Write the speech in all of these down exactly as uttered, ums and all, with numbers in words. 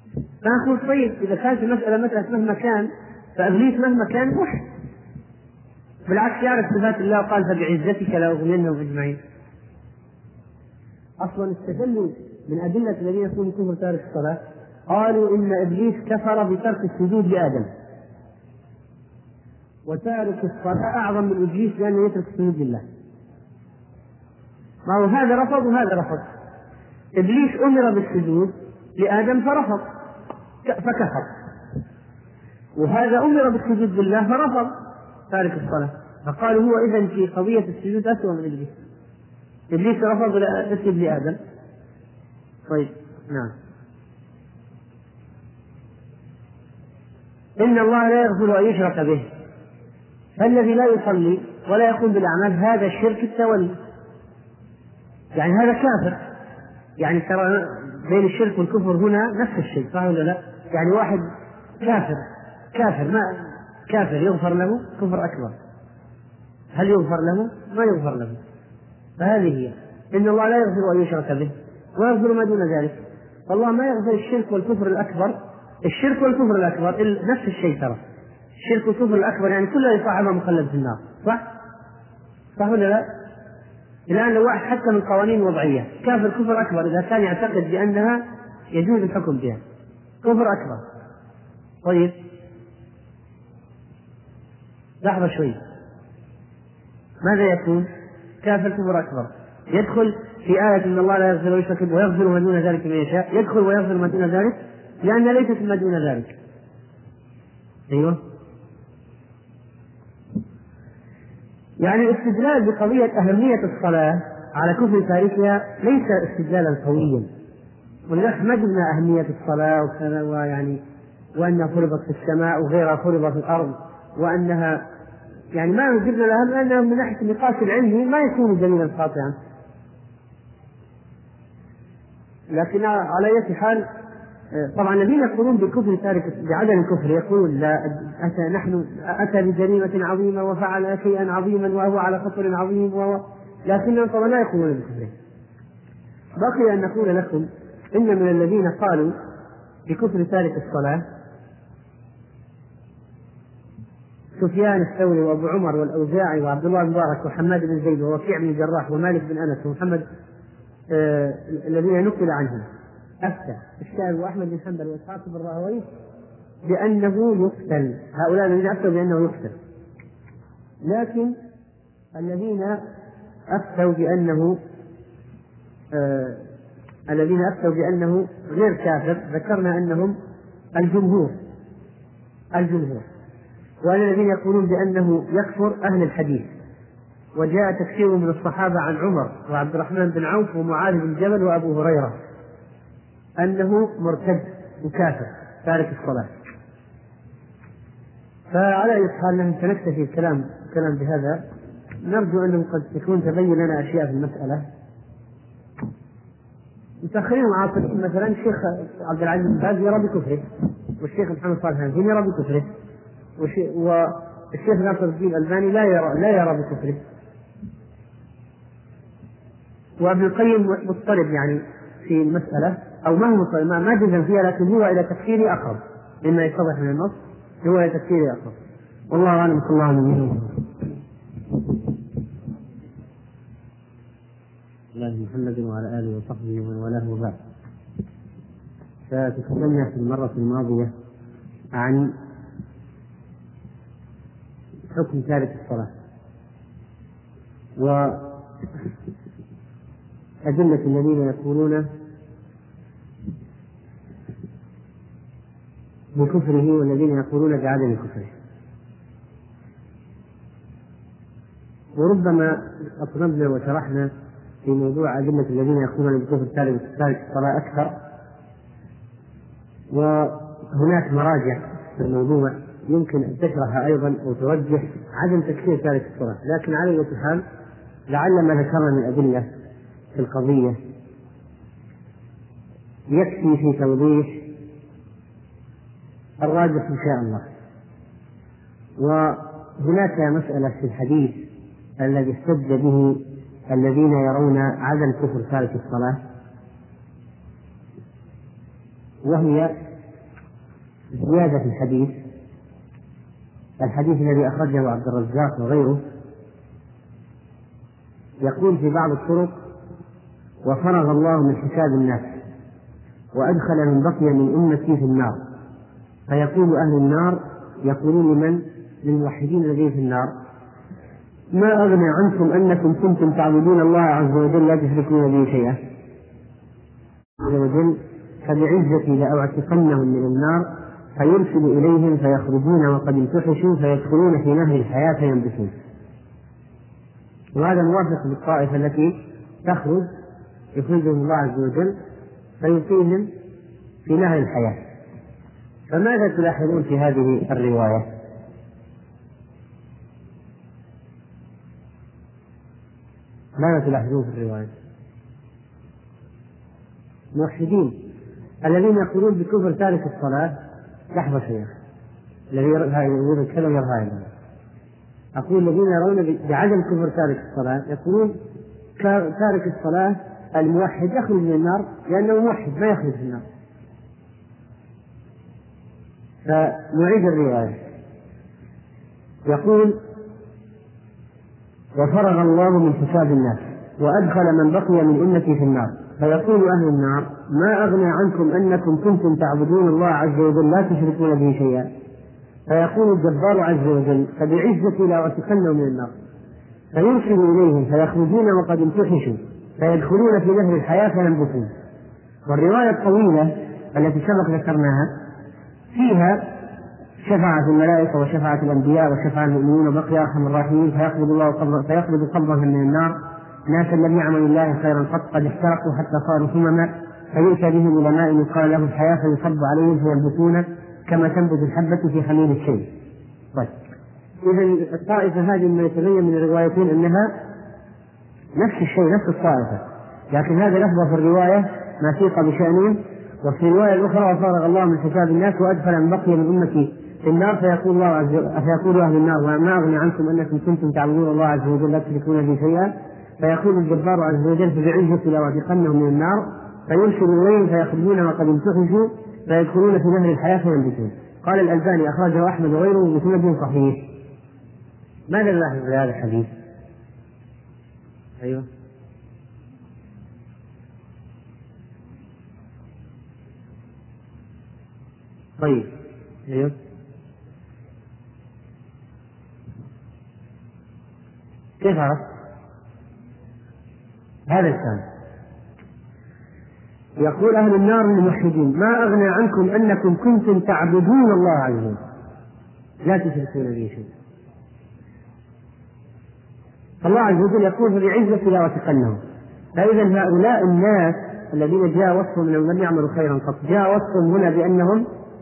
فنقول طيب إذا كانت المسألة مثلا مهما كان فإبليس مهما كان وحد، بالعكس يعرف صفات الله وقال فبعزتك لا أغوينهم أجمعين. أصلا استدلوا من أدلة الذين يكون كفر تارك الصلاة، قالوا إن إبليس كفر بترك السجود لآدم، وتارك الصلاة أعظم من إبليس لأنه يترك السجود لله. ما هو هذا رفض وهذا رفض. إبليس أمر بالسجود لآدم فرفض فكفر، وهذا أمر بالسجود لله فرفض تارك الصلاة، فقالوا هو إذن في قضية السجود أسوأ من إبليس. إبليس رفض يسجد لآدم. طيب نعم. إن الله لا يغفر أن يشرك به، فالذي لا يصلي ولا يقوم بالأعمال هذا الشرك التولي، يعني هذا كافر. يعني ترى بين الشرك والكفر هنا نفس الشيء، صح ولا لا؟ يعني واحد كافر كافر ما كافر يغفر له كفر أكبر، هل يغفر له؟ ما يغفر له. فهذه هي إن الله لا يغفر أن يشرك به ويغفر ما دون ذلك. فالله ما يغفر الشرك والكفر الأكبر. الشرك والكفر الأكبر نفس الشيء، ترى الشرك والكفر الأكبر يعني كله صاحبه مخلد في النار، صح؟ صح ولا لا؟ الآن لو واحد حتى من قوانين وضعية كافر كفر أكبر إذا كان يعتقد بأنها يجوز الحكم بها كفر أكبر. طيب لحظة شوي، ماذا يكون؟ كافر كفر أكبر يدخل في آية إن الله لا يغفر ويشرك به ويغفر ما دون ذلك من يشاء، يدخل ويغفر ما دون ذلك لأن ليست ما دون ذلك. أيوه، يعني الاستدلال بقضية أهمية الصلاة على كفر تاركها ليس استدلالا قويا، ولذلك ما جبنا أهمية الصلاة وكذا، ويعني وأنها فرضت في السماء وغيرها فرضت في الأرض، وأنها يعني ما جبنا لها لأنها من ناحية النقاش العلمي ما يكون دليلا قاطعا. لكن على أي حال طبعا الذين يقولون بكفر تارك بعدم الكفر يقولون لا أتى نحن أتى بجريمة عظيمة وفعل شيئا عظيما وهو على خطر عظيم وهو، لكنهم طبعا لا يقولون بكفره. بقي أن نقول لكم إن من الذين قالوا بكفر تارك الصلاة سفيان الثوري وأبو عمر والأوزاعي وعبد الله بن مبارك وحماد بن زيد ووكيع بن الجراح ومالك بن أنس ومحمد آه الذين نقل عنهم أفتى الشافعي وأحمد بن حنبل وإسحاق بن راهويه بأنه يقتل. هؤلاء الذين أفتوا بأنه يقتل، لكن الذين أفتوا بأنه آه الذين أفتوا بأنه غير كافر ذكرنا أنهم الجمهور الجمهور وأن الذين يقولون بأنه يكفر أهل الحديث، وجاء تكفير من الصحابة عن عمر وعبد الرحمن بن عوف ومعاذ بن جبل وأبو هريرة أنه مرتد وكافر تارك الصلاة. فعلى أي حال سنكتفي الكلام الكلام بهذا. نرجو أنه قد تكون تبين لنا أشياء في المسألة. متأخرين معاصرين مثلا الشيخ عبد العزيز بن باز يرى بكفره، والشيخ محمد صالح الحنفي يرى بكفره، والشيخ ناصر الدين الألباني لا يرى لا يرى بكفره، وابن القيم مضطرب يعني في المسألة، أو ما هو مضطرب ما جزم فيها، لكن هو إلى تكفير أقرب مما يتضح من النص، هو إلى تكفير أقرب. والله أعلم. صلى الله عليه وسلم الله محمد وعلى آله وصحبه ومن والاه وبعد. فتكلمنا في المرة الماضية عن حكم تارك الصلاة وأدلة الذين يقولون بكفره والذين يقولون بعدم كفره. وربما أطلبنا وشرحنا في موضوع أدلة الذين يقولون بكفر تارك الصلاة أكثر، وهناك مراجع في الموضوع يمكن أن تشرح أيضا أو توجه عدم تكفير تارك الصلاة، لكن على أي حال لعل ما ذكرنا من أدلة في القضية يكفي في توضيح الراجح إن شاء الله. وهناك مسألة في الحديث الذي احتج به الذين يرون عدم كفر تارك الصلاة، وهي زيادة في الحديث، الحديث الذي أخرجه عبد الرزاق وغيره، يقول في بعض الطرق: وفرغ الله من حساب الناس وأدخل من بقي من أمتي في النار، فيقول أهل النار يقولون لمن؟ للموحدين الذين في النار: ما أغنى عنكم أنكم كنتم تعبدون الله عز وجل لا تشركون به شيئا عز وجل، فبعزتي لأعتقنهم من النار فيرسل إليهم فيخرجون وقد امتحشوا فيدخلون في نهر الحياة فينبتون. وهذا موافق للطائفة التي تخرج يخرجهم الله عز وجل فيلقيهم في نهر الحياة. فماذا تلاحظون في هذه الرواية؟ ماذا تلاحظون في الرواية؟ موحدين الذين يقولون بكفر تارك الصلاة. لحظة شيخ، الذي يقول الكلام يرهى. أقول الذين يرون بعدم كفر تارك الصلاة يقولون تارك الصلاة الموحد يخرج من النار لأنه موحد ما يخرج من النار. فنعيد الرواية. يقول: وفرغ الله من حساب الناس وأدخل من بقي من أمتي في النار، فيقول أهل النار: ما أغنى عنكم أنكم كنتم تعبدون الله عز وجل لا تشركون به شيئا. فيقول الجبار عز وجل: فبعزتي لأعتقنهم من النار، فيرسل إليهم فيخرجون وقد امتحشوا فيدخلون في نهر الحياة فينبتون. والرواية الطويلة التي سبق ذكرناها فيها شفاعة الملائكة وشفاعة الأنبياء وشفاعة المؤمنين وبقي أرحم الراحمين، فيقبض الله قبض فيقبض قبضهم من النار ناسا لم يعملوا الله خيرا قط قد احترقوا حتى صاروا همما، فيؤتى بهم إلى ماء يقال له الحياة فيصب عليهم فينبتون كما تنبت الحبة في خليل الشيء. طيب، إذا الطائفة هذه ما يتبين من الروايتين أنها نفس الشيء، نفس الطائفة، لكن هذا لفظ في الرواية ما ثيق بشأنه، وفي الرواية الأخرى: وفرغ الله من حساب الناس وأدخل من بقي من أمتي في النار، فيقول الله عز وجل: فيقول أهل النار: وما أغنى عنكم أنكم كنتم تعبدون الله عز وجل لا تشركون به شيئا. فيقول الجبار عز وجل: فبعزتي لأعتقنهم من النار، فيرسل إليهم فيخرجون وقد امتحشوا فيدخلون في نهر الحياة فينبتون. قال الألباني: أخرجه أحمد وغيره بسند صحيح. ماذا نلاحظ في هذا الحديث؟ أيوه طيب أيوه كيف عرفت؟ هذا الكلام يقول أهل النار للموحدين: ما أغنى عنكم أنكم كنتم تعبدون الله عز وجل لا تشركون به شيئا. فالله عز وجل يقول: فبعزتي لأعتقنهم. فإذا هؤلاء الناس الذين جاء وصفهم أنهم لم يعملوا خيرا قط، جاء وصفهم هنا بأنهم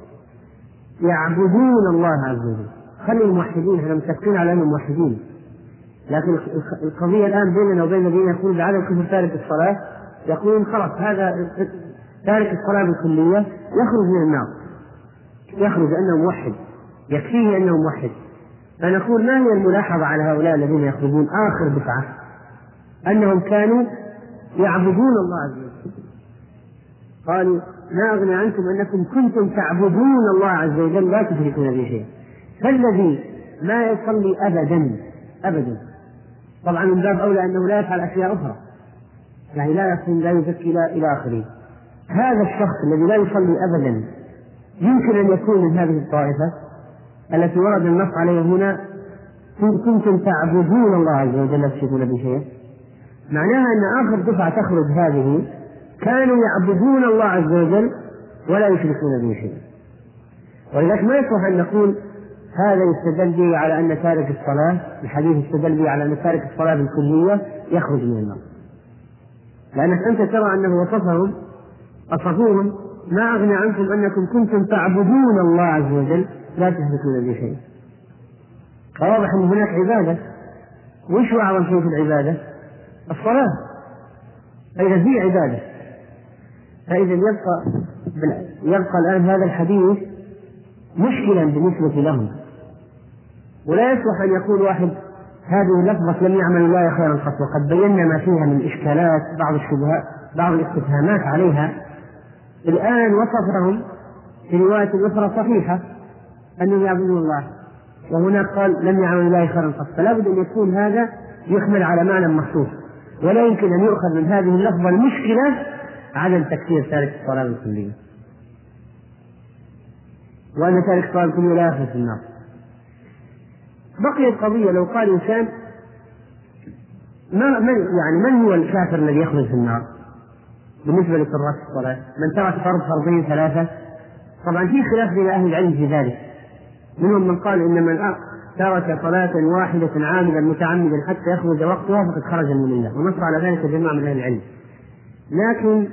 يعبدون الله عز وجل. خلوا الموحدين، احنا متفقين على أنهم موحدين، لكن القضية الآن بيننا وبين الذين يقولون بعدم كفر تارك الصلاة، يقولون خلاص هذا تارك الصلاة بالكلية يخرج من النار، يخرج أنه موحد، يكفيه أنه موحد. فنقول: ما هي الملاحظة على هؤلاء الذين يخرجون آخر دفعة؟ أنهم كانوا يعبدون الله عز وجل. قالوا: ما أغنى عنكم أنكم كنتم تعبدون الله عز وجل لا تشركون به شيئا. فالذي ما يصلي أبدا أبدا، طبعا من باب أولى أنه لا يفعل أشياء أخرى، يعني لا يصوم لا يزكي لا إلى آخره، هذا الشخص الذي لا يصلي أبدا يمكن أن يكون من هذه الطائفة التي ورد النص عليها هنا: كنتم تعبدون الله عز وجل لا تشركون به شيئا. معناها أن آخر دفعة تخرج هذه كانوا يعبدون الله عز وجل ولا يشركون به شيئا. ولذلك ما يصح أن نقول هذا يستدل به على أن تارك الصلاة، الحديث يستدل به على أن تارك الصلاة بالكلية يخرج من النار، لأنك أنت ترى أنه وصفهم أصفوهم: ما أغنى عنكم أنكم كنتم تعبدون الله عز وجل لا تشركون به شيئا. فواضح أن هناك عبادة. وش هو أعظم شيء في العبادة؟ الصلاة. فإذا في عبادة، فإذا يبقى يبقى الآن هذا الحديث مشكلا بالنسبة لهم، ولا يصلح أن يقول واحد: هذه لفظة لم يعمل الله خيرا قط، وقد بينا ما فيها من إشكالات، بعض الشبهات، بعض الاستفهامات عليها. الآن وصفهم في رواية أخرى صحيحة أنهم يعبدون الله، وهناك قال لم يعملوا الله خيرا قط، فلا بد أن يكون هذا يحمل على معنى مخصوص، ولا يمكن أن يؤخذ من هذه اللفظة المشكلة عدم تكفير تارك الصلاة بالكلية، وأن تارك الصلاة بالكلية لا يخلد في النار. بقي القضية لو قال إنسان ما من يعني من هو الكافر الذي يخلد في النار بالنسبة لتراك الصلاة؟ من ترك فرض فرضين ثلاثة؟ طبعا في خلاف بين أهل العلم في ذلك، منهم من قال إن من ترك صلاة واحدة عامدا متعمدا حتى يخرج وقتها فقد خرج من الله، ونص على ذلك جماعة من أهل العلم. لكن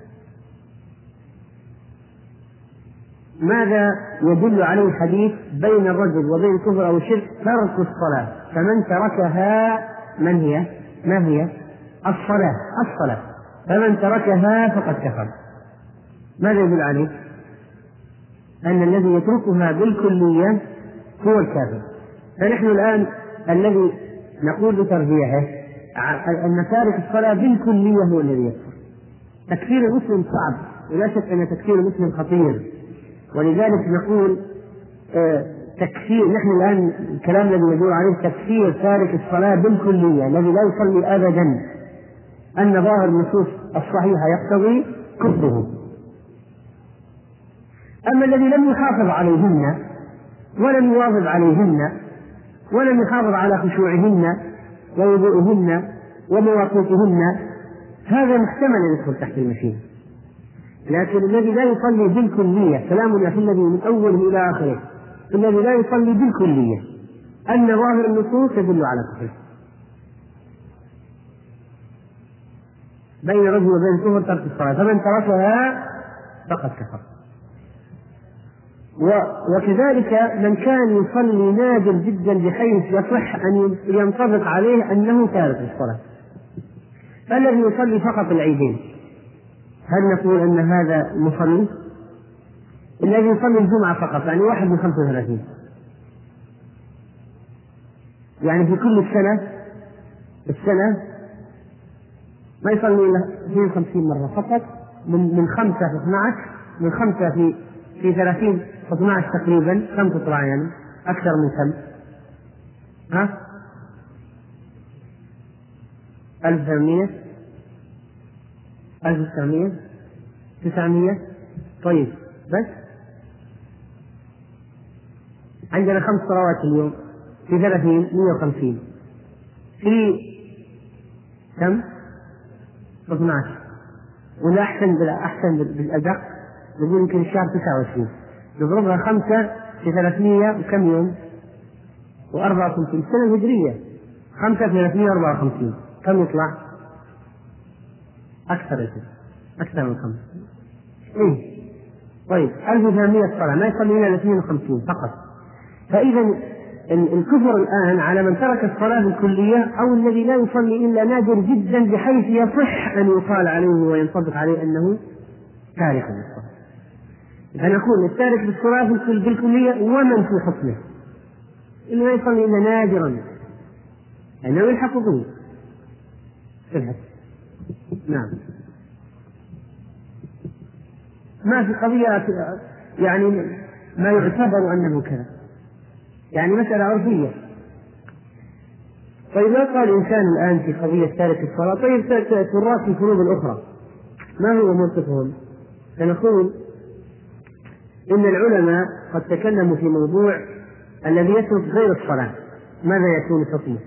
ماذا يدل عليه الحديث بين الرجل وبين الكفر أو الشرك؟ ترك الصلاة، فمن تركها من هي؟ ما هي؟ الصلاة الصلاة فمن تركها فقد كفر. ماذا يدل عليه؟ أن الذي يتركها بالكلية هو الكافر. فنحن الآن الذي نقول بترجيحه أن تارك الصلاة بالكلية هو الذي يكفر. تكفير المسلم صعب، ولا شك أن تكفير المسلم خطير، ولذلك نقول آه تكفير. نحن الآن الكلام الذي يدور عليه تكفير تارك الصلاة بالكلية الذي لا يصلي أبدا، أن ظاهر النصوص الصحيحة يقتضي كفره. أما الذي لم يحافظ عليهن ولم يواظب عليهن ولم يحافظ على خشوعهن ووضوءهن ومواقيتهن، هذا محتمل أن يدخل تحت المشيئة. لكن الذي لا يصلي بالكلية، كلام يا الذي من أوله إلى آخره، الذي لا يصلي بالكلية أن ظاهر النصوص يدل على كفره. بين الرجل وبين الكفر ترك الصلاة، فمن تركها فقد كفر. وكذلك من كان يصلي نادر جدا بحيث يصح أن ينطبق عليه أنه تارك الصلاة. فالذي يصلي فقط العيدين هل نقول أن هذا مصلي؟ الذي يصلي الجمعة فقط يعني واحد من خمسة وثلاثين، يعني في كل السنة السنة ما يصلي إلا اثنين وخمسين مرة فقط، من من خمسة في اثني عشر، من خمسة في في ثلاثين اثني عشر تقريبا، كم تطلع يعني؟ أكثر من كم؟ ها؟ ألف وثمانمائة ألف وتسعمائة تسعمائة طيب بس عندنا خمس صلوات اليوم في ثلاثين مئة وخمسين في كم؟ اثني عشر. ولا أحسن بالأحسن بالأدق نقول يمكن الشهر تسعة وعشرين، نضربها خمسة في ثلاثمائة وكم يوم؟ وأربعة وخمسين السنة الهجرية، خمسة في ثلاثمائة وأربعة وخمسين كم يطلع؟ أكثر يصير أكثر من خمسة. إيه طيب ألف وثمانمائة صلاة ما يصلي إلا اثنين وخمسين فقط. فإذا الكفر الآن على من ترك الصلاة بالكلية أو الذي لا يصلي إلا نادر جدا بحيث يصح أن يقال عليه وينطبق عليه أنه تارك للصلاة. فنقول التارك بالصلاة بالكلية ومن في حكمه اللي ما يصلي إلا نادرا أنه يلحق به في الحد. نعم ما في قضية يعني ما يعتبر أنه كذا، يعني مسألة عرفية. طيب لا قال إنسان الآن في قضية تارك الصلاة طيب تراك الفروض الأخرى ما هو موقفهم؟ فنقول إن العلماء قد تكلموا في موضوع الذي يترك غير الصلاة ماذا يكون حكمه،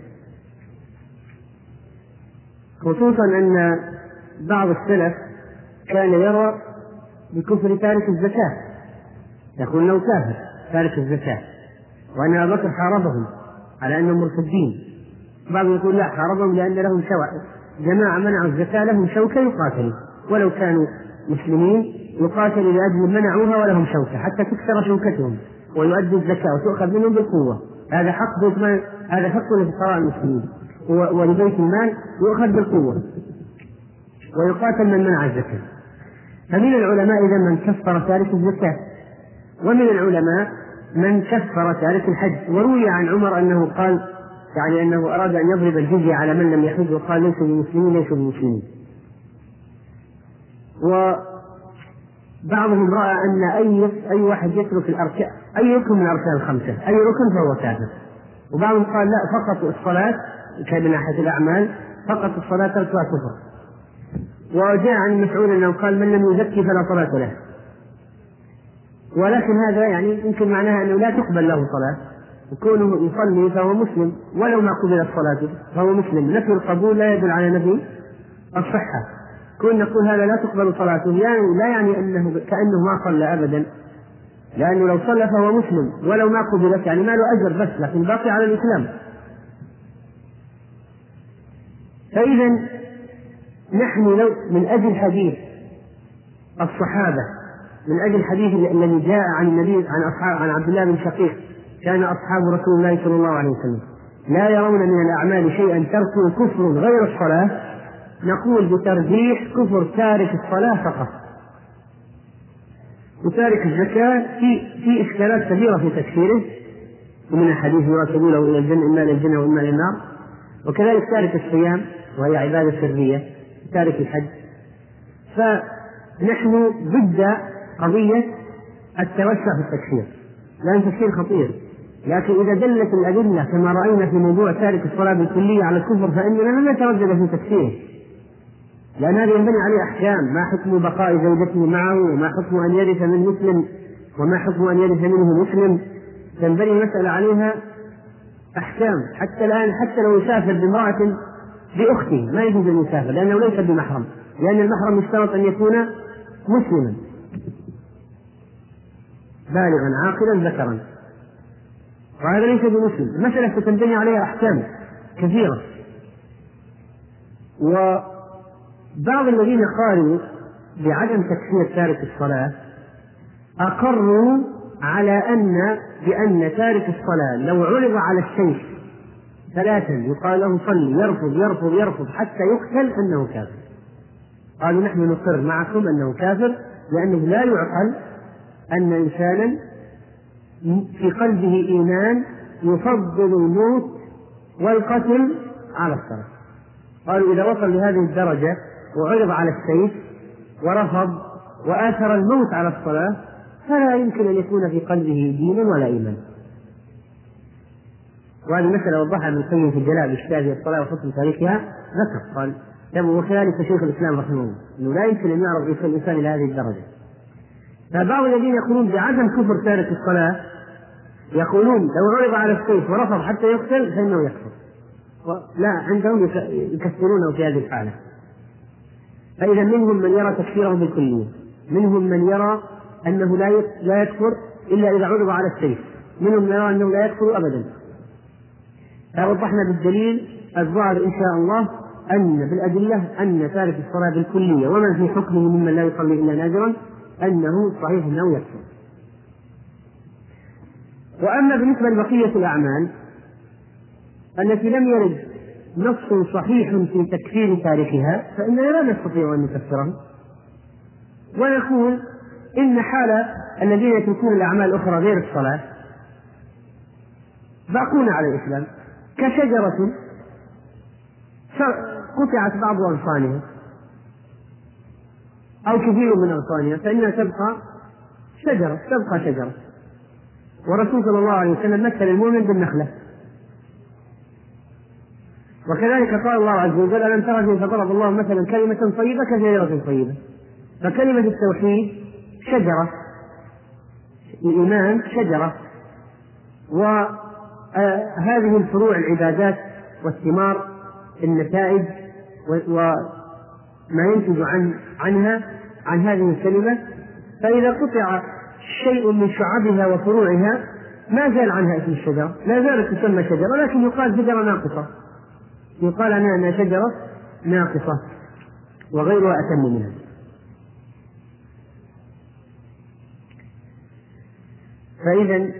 خصوصا أن بعض السلف كان يرى بكفر تارك الزكاة، يقول له كافر تارك الزكاة، وأن أبا بكر حاربهم على أنهم مرتدين. بعضهم يقول لا حاربهم لأن لهم شوكة، جماعة منعوا الزكاة لهم شوكة يقاتلوا ولو كانوا مسلمين يقاتلوا لأجل منعوها ولهم شوكة حتى تكسر شوكتهم ويؤدوا الزكاة وتؤخذ منهم بالقوة. هذا حق هذا حق لفقراء المسلمين ولبيت المال يؤخذ بالقوة ويقاتل من منع الزكاة. فمن العلماء إذا من كفر تارك الزكاة، ومن العلماء من كفر تارك الحج. وروي عن عمر أنه قال يعني أنه أراد أن يضرب الجزية على من لم يحج وقال ليسوا بالمسلمين ليسوا بالمسلمين. بعضهم رأى أن أي أي واحد يترك الأركان، أي ركن من الأركان الخمسة، أي ركن فهو كافر. وبعضهم قال لا، فقط الصلاة كان من ناحية الأعمال، فقط الصلاة تركها كفر. وجاء عن مسعود أنه قال من لم يزكي فلا صلاة له. ولكن هذا يعني يمكن معناها أنه لا تقبل له صلاة، وكونه يصلي فهو مسلم ولو ما قبلت صلاته فهو مسلم. نفي القبول لا يدل على نفي الصحة. كون نقول هذا لا تقبل صلاته يعني لا يعني أنه كأنه ما صلى أبدا، لأنه لو صلى فهو مسلم ولو ما قبلت يعني ما له أجر بس، لكن باقي على الإسلام. فإذا نحن لو من أجل حديث الصحابة، من أجل الحديث الذي جاء عن النبي عن أصحاب عن عبد الله بن شقيق كان أصحاب رسول الله صلى الله عليه وسلم لا يرون من الأعمال شيئا تركه كفر غير الصلاة، نقول بترجيح كفر تارك الصلاة فقط. وتارك الزكاة في في إشكالات كثيرة في تكفيره، ومن الحديث يراتبونه إلى الجنة إما إلى الجنة وإما إلى النار. وكذلك تارك الصيام وهي عبادة سرية، تارك الحج. فنحن ضد قضية التوسع في التكفير، لأن التكفير خطير، لكن إذا دلت الأدلة كما رأينا في موضوع تارك الصلاة بالكلية على الكفر فإننا لن نتردد في تكفيره، لأن هذا ينبني عليه أحكام. ما حكم بقاء زوجته معه، وما حكم أن يرث من مسلم، وما حكم أن يرث منه مسلم، تنبني المسألة عليها أحكام. حتى الآن حتى لو يسافر بامرأة بأخته ما يجوز أن يسافر لأنه ليس بمحرم، لأن المحرم يشترط أن يكون مسلما بالغا عاقلا ذكرا، وهذا ليس بمسلم. المسألة تنبني عليها أحكام كثيرة. وبعض الذين قالوا بعدم تكفير تارك الصلاة أقروا على أن بأن تارك الصلاة لو عرض على السيف ثلاثا يقال له صلي يرفض يرفض يرفض حتى يقتل أنه كافر. قالوا نحن نقر معكم أنه كافر، لأنه لا يعقل أن إنسانا في قلبه إيمان يفضل الموت والقتل على الصلاة. قالوا إذا وصل لهذه الدرجة وعرض على السيف ورفض وآثر الموت على الصلاة فلا يمكن أن يكون في قلبه دين ولا إيمان. وهذه المسألة وضحها ابن القيم في الجلاء بإشكال في الصلاة وحكم تاركها، ذكر قال وكذلك شيخ الإسلام رحمه الله أنه لا يمكن أن يعرض الإنسان إلى هذه الدرجة. فبعض الذين يقولون بعدم كفر تارك الصلاة يقولون لو عرض على السيف ورفض حتى يقتل فإنه يكفر، لا عندهم يكفرونه في هذه الحالة. فإذا منهم من يرى تكفيره بالكلية، منهم من يرى أنه لا يكفر إلا إذا عرض على السيف، منهم من يرى أنه لا يكفر أبدا. فوضحنا بالدليل الظاهر إن شاء الله أن بالأدلة أن تارك الصلاة بالكلية ومن في حكمه ممن لا يصلي إلا نادرا أنه صحيح أنه يكفر. وأما بالنسبة لبقية الأعمال التي لم يرد نص صحيح في تكفير تاركها فإننا لا نستطيع أن نكفرهم، ونقول إن حال الذين يتركون الأعمال الأخرى غير الصلاة باقون على الإسلام كشجرة قطعت بعض أغصانها أو كثير من أغصانها فإنها تبقى شجرة تبقى شجرة. ورسول صلى الله عليه وسلم مثل المؤمن بالنخلة. وكذلك قال الله عز وجل ألم ترى كيف ضرب الله مثلا كلمة طيبة كشجرة طيبة. فكلمة التوحيد شجرة، الإيمان شجرة، وهذه الفروع العبادات والثمار النتائج وما ينتج عن عنها عن هذه الكلمة. فإذا قطع شيء من شعبها وفروعها ما زال عنها اسم الشجرة، لا زالت تسمى شجرة، لكن يقال شجرة ناقصة، يقال عنها أنها شجرة ناقصة وغيرها أتم منها. فإذا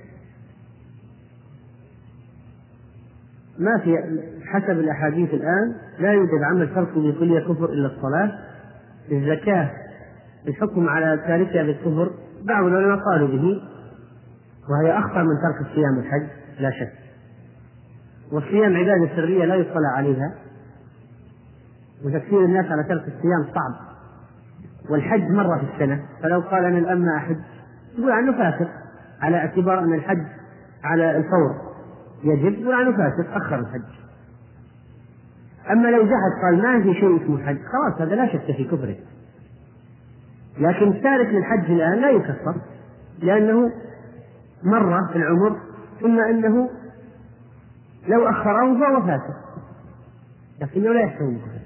ما في حسب الأحاديث الآن لا يوجد عمل ترك بكلية كفر إلا الصلاة. الزكاة الحكم على تاركها بالكفر بعض العلماء قالوا به، وهي أخطر من ترك الصيام والحج لا شك. والصيام عبادة سرية لا يطلع عليها، وتكفير الناس على ترك الصيام صعب، والحج مرة في السنة، فلو قال أنا الآن ما أحج يقول عنه فاسق، على اعتبار أن الحج على الفور يجب، يقول عنه فاسق أخر الحج. أما لو جحد قال ما في شيء اسمه حج، خلاص هذا لا شك في كفره. لكن التارك للحج الآن لا يكفر، لأنه مرة في العمر، ثم أنه لو أخره فهو فاسق، لكنه لا يحتوي الكفر.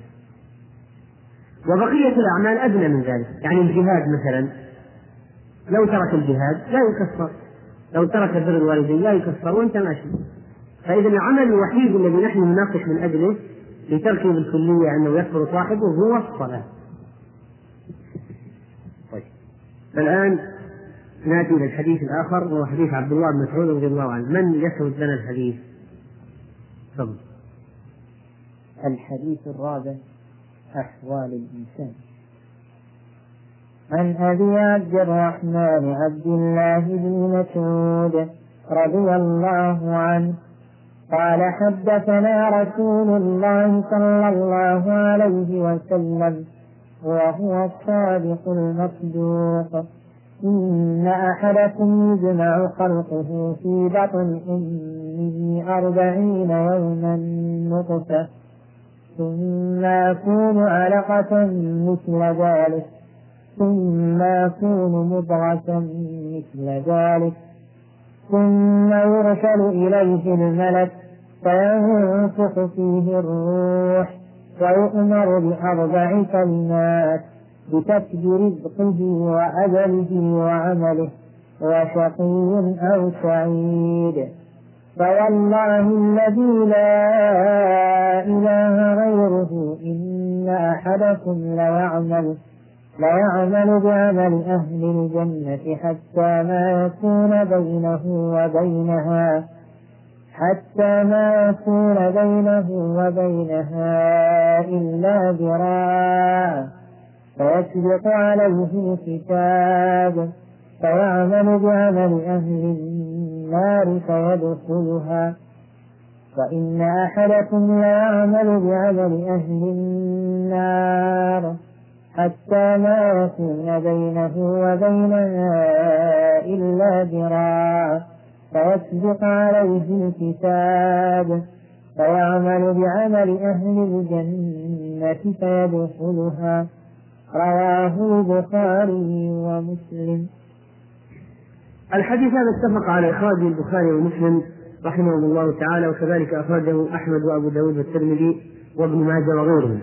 وبقية الأعمال أدنى من ذلك، يعني الجهاد مثلا لو ترك الجهاد لا يكفر، لو ترك بر الوالدين لا يكفر وانت ماشي. فإذا العمل الوحيد الذي نحن نناقش من أجله لتركه بالكلية أنه يكفر صاحبه هو الصلاة. طيب. الآن نأتي إلى الحديث الآخر وهو حديث عبد الله بن مسعود رضي الله عنه. من يسرد لنا الحديث؟ تفضل. الحديث الرابع: أحوال الإنسان. عن أبي عبد الرحمن عبد الله بن مسعود رضي الله عنه قال: حدثنا رسول الله صلى الله عليه وسلم وهو الصادق المصدوق: إن أحدكم يجمع خلقه في بطن أمه أربعين يوما نطفة، ثم يكون علقة مثل ذلك، ثم يكون مضغة مثل ذلك، ثم يرسل إليه الملك فينفخ فيه الروح، ويؤمر بأربع كلمات: بكتب رزقه وأجله وعمله، وشقي أو سعيد. فوالله الذي لا إله غيره إن أحدكم ليعمل ليعمل بعمل أهل الجنة حتى ما يكون بينه وبينها حتى ما يكون بينه وبينها إلا ذراع، فيسبق عليه الكتاب فيعمل بعمل أهل النار فيدخلها. وإن أحدكم ليعمل بعمل أهل النار حتى ما يكون بينه وبينها إلا ذراع، فيسبق عليه الكتاب فيعمل بعمل أهل الجنة فيدخلها. رواه البخاري ومسلم. الحديث هذا اتفق على إخراجه البخاري ومسلم رحمهم الله تعالى، وكذلك أخرجه أحمد وأبو داود والترمذي وابن ماجه وغيرهم.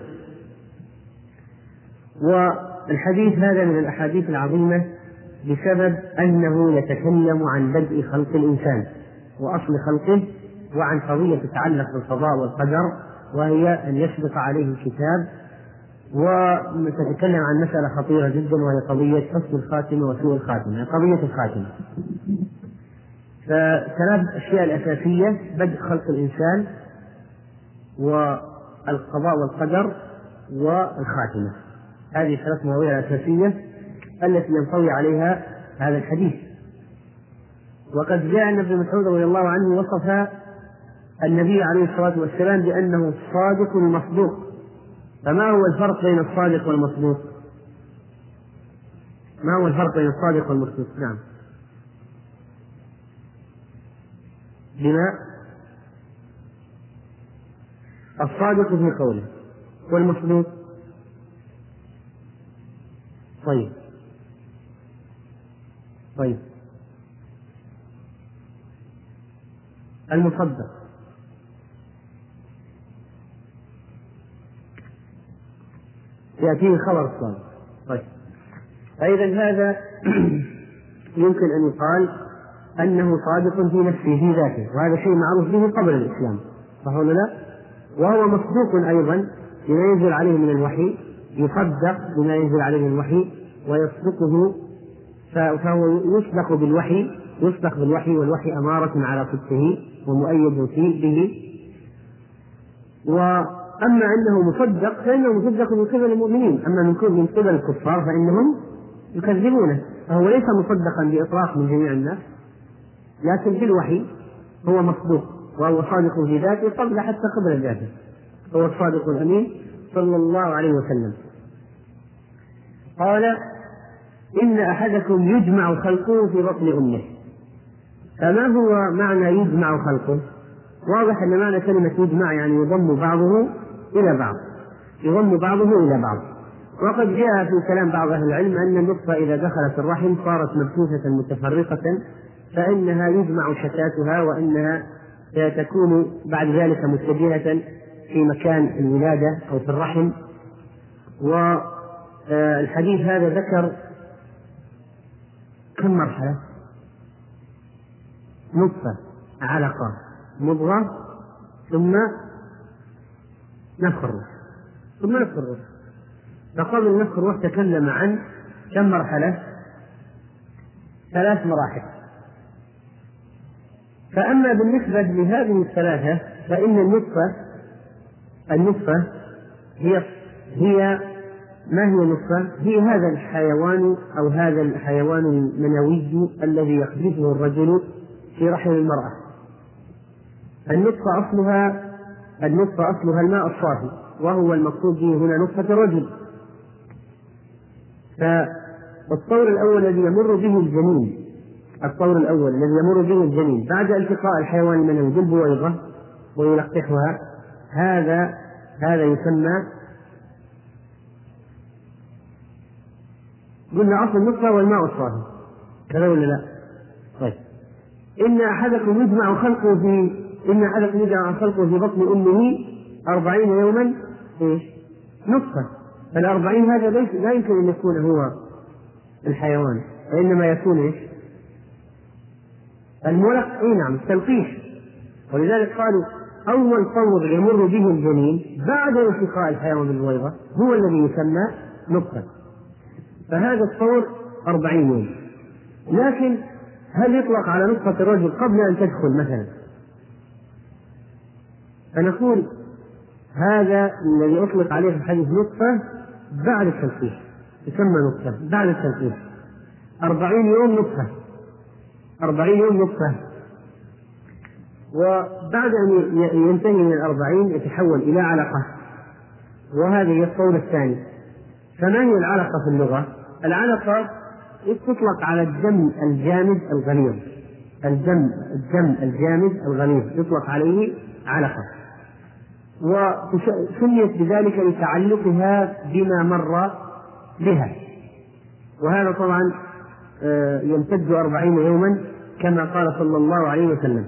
والحديث هذا من الأحاديث العظيمة بسبب أنه يتكلم عن بدء خلق الإنسان وأصل خلقه، وعن قضية تتعلق بالقضاء والقدر، وهي أن يسبق عليه الكتاب. وتتكلم عن مسألة خطيرة جدا، وهي قضية حسن الخاتمة وسوء الخاتمة، قضية الخاتمة. فثلاث أشياء الأساسية: بدء خلق الإنسان والقضاء والقدر والخاتمة. هذه الثلاث مواضيع الأساسية التي ينطوي عليها هذا الحديث. وقد جاء أن ابن مسعود رضي الله عنه وصف النبي عليه الصلاة والسلام بأنه الصادق المصدوق. فما هو الفرق بين الصادق والمصدوق؟ ما هو الفرق بين الصادق والمصدوق؟ نعم. بما الصادق في قوله، والمصدوق طيب طيب المصدق يأتيه خبر الصادق. طيب. فإذا هذا يمكن أن يقال أنه صادق في نفسه في ذاته، وهذا شيء معروف به قبل الإسلام، صح ولا لا؟ وهو مصدوق أيضا بما ينزل عليه من الوحي، يصدق بما ينزل عليه من الوحي ويصدقه، فهو يصدق بالوحي يصدق بالوحي والوحي أمارة على صدقه ومؤيد فيه به. وأما أنه مصدق فإنه مصدق من قبل المؤمنين، أما من قبل الكفار فإنهم يكذبونه. فهو ليس مصدقا بإطلاق من جميع الناس، لكن بالوحي هو مصدوق، وهو صادق في ذاته قبل حتى قبل ذاته، هو الصادق الأمين صلى الله عليه وسلم. قال إن أحدكم يجمع خلقه في بطن أمه. فما هو معنى يجمع خلقه؟ واضح أن معنى كلمة يجمع يعني يضم بعضه إلى بعض، يضم بعضه إلى بعض. وقد جاء في كلام بعض أهل العلم أن النطفة إذا دخلت الرحم صارت مبثوثة متفرقة فإنها يجمع شتاتها، وإنها تكون بعد ذلك متجهة في مكان الولادة أو في الرحم. والحديث هذا ذكر كم مرحلة؟ نطفة، علقة، مضغة، ثم نفخ الروح، ثم نفخ الروح. فقبل نفخ الروح تكلم عن كم مرحلة؟ ثلاث مراحل. فأما بالنسبة لهذه الثلاثة فإن النطفة النطفة هي هي ما هي النطفة؟ هي هذا الحيوان أو هذا الحيوان المنوي الذي يقذفه الرجل في رحم المرأة. النطفة أصلها النطفة أصلها الماء الصافي، وهو المقصود به هنا نطفة الرجل. فالطور الأول الذي يمر به الجنين الطور الأول الذي يمر به الجنين بعد التقاء الحيوان المنوي بالبويضة ويلقحها، هذا هذا يسمى، قلنا أصل النطفة والماء الصافي، كذا ولا لا؟ طيب، إن أحدكم يجمع خلقه في إن أحدكم يجمع خلقه في بطن أمه أربعين يوما إيش؟ نطفة. فالأربعين هذا لا يمكن أن يكون هو الحيوان، وإنما يكون إيش؟ الملق. إيه نعم، التلقيح. ولذلك قالوا أول طور يمر به الجنين بعد التقاء الحيوان بالبويضة هو الذي يسمى نطفة. فهذا الطور أربعين يوم. لكن هل يطلق على نطفة الرجل قبل أن تدخل مثلا؟ فنقول هذا الذي أطلق عليه في الحديث نطفة بعد التلقيح، يسمى نطفة بعد التلقيح. أربعين يوم نطفة، أربعين يوم نطفة، وبعد أن ينتهي من الأربعين يتحول إلى علقة، وهذه هي الطور الثاني. فما هي العلقة في اللغة؟ العلقة تطلق على الدم الجامد الغليظ، الدم الدم الجامد الغليظ يطلق عليه علقة، وسميت بذلك لتعلقها بما مر بها. وهذا طبعا يمتد أربعين يوما كما قال صلى الله عليه وسلم.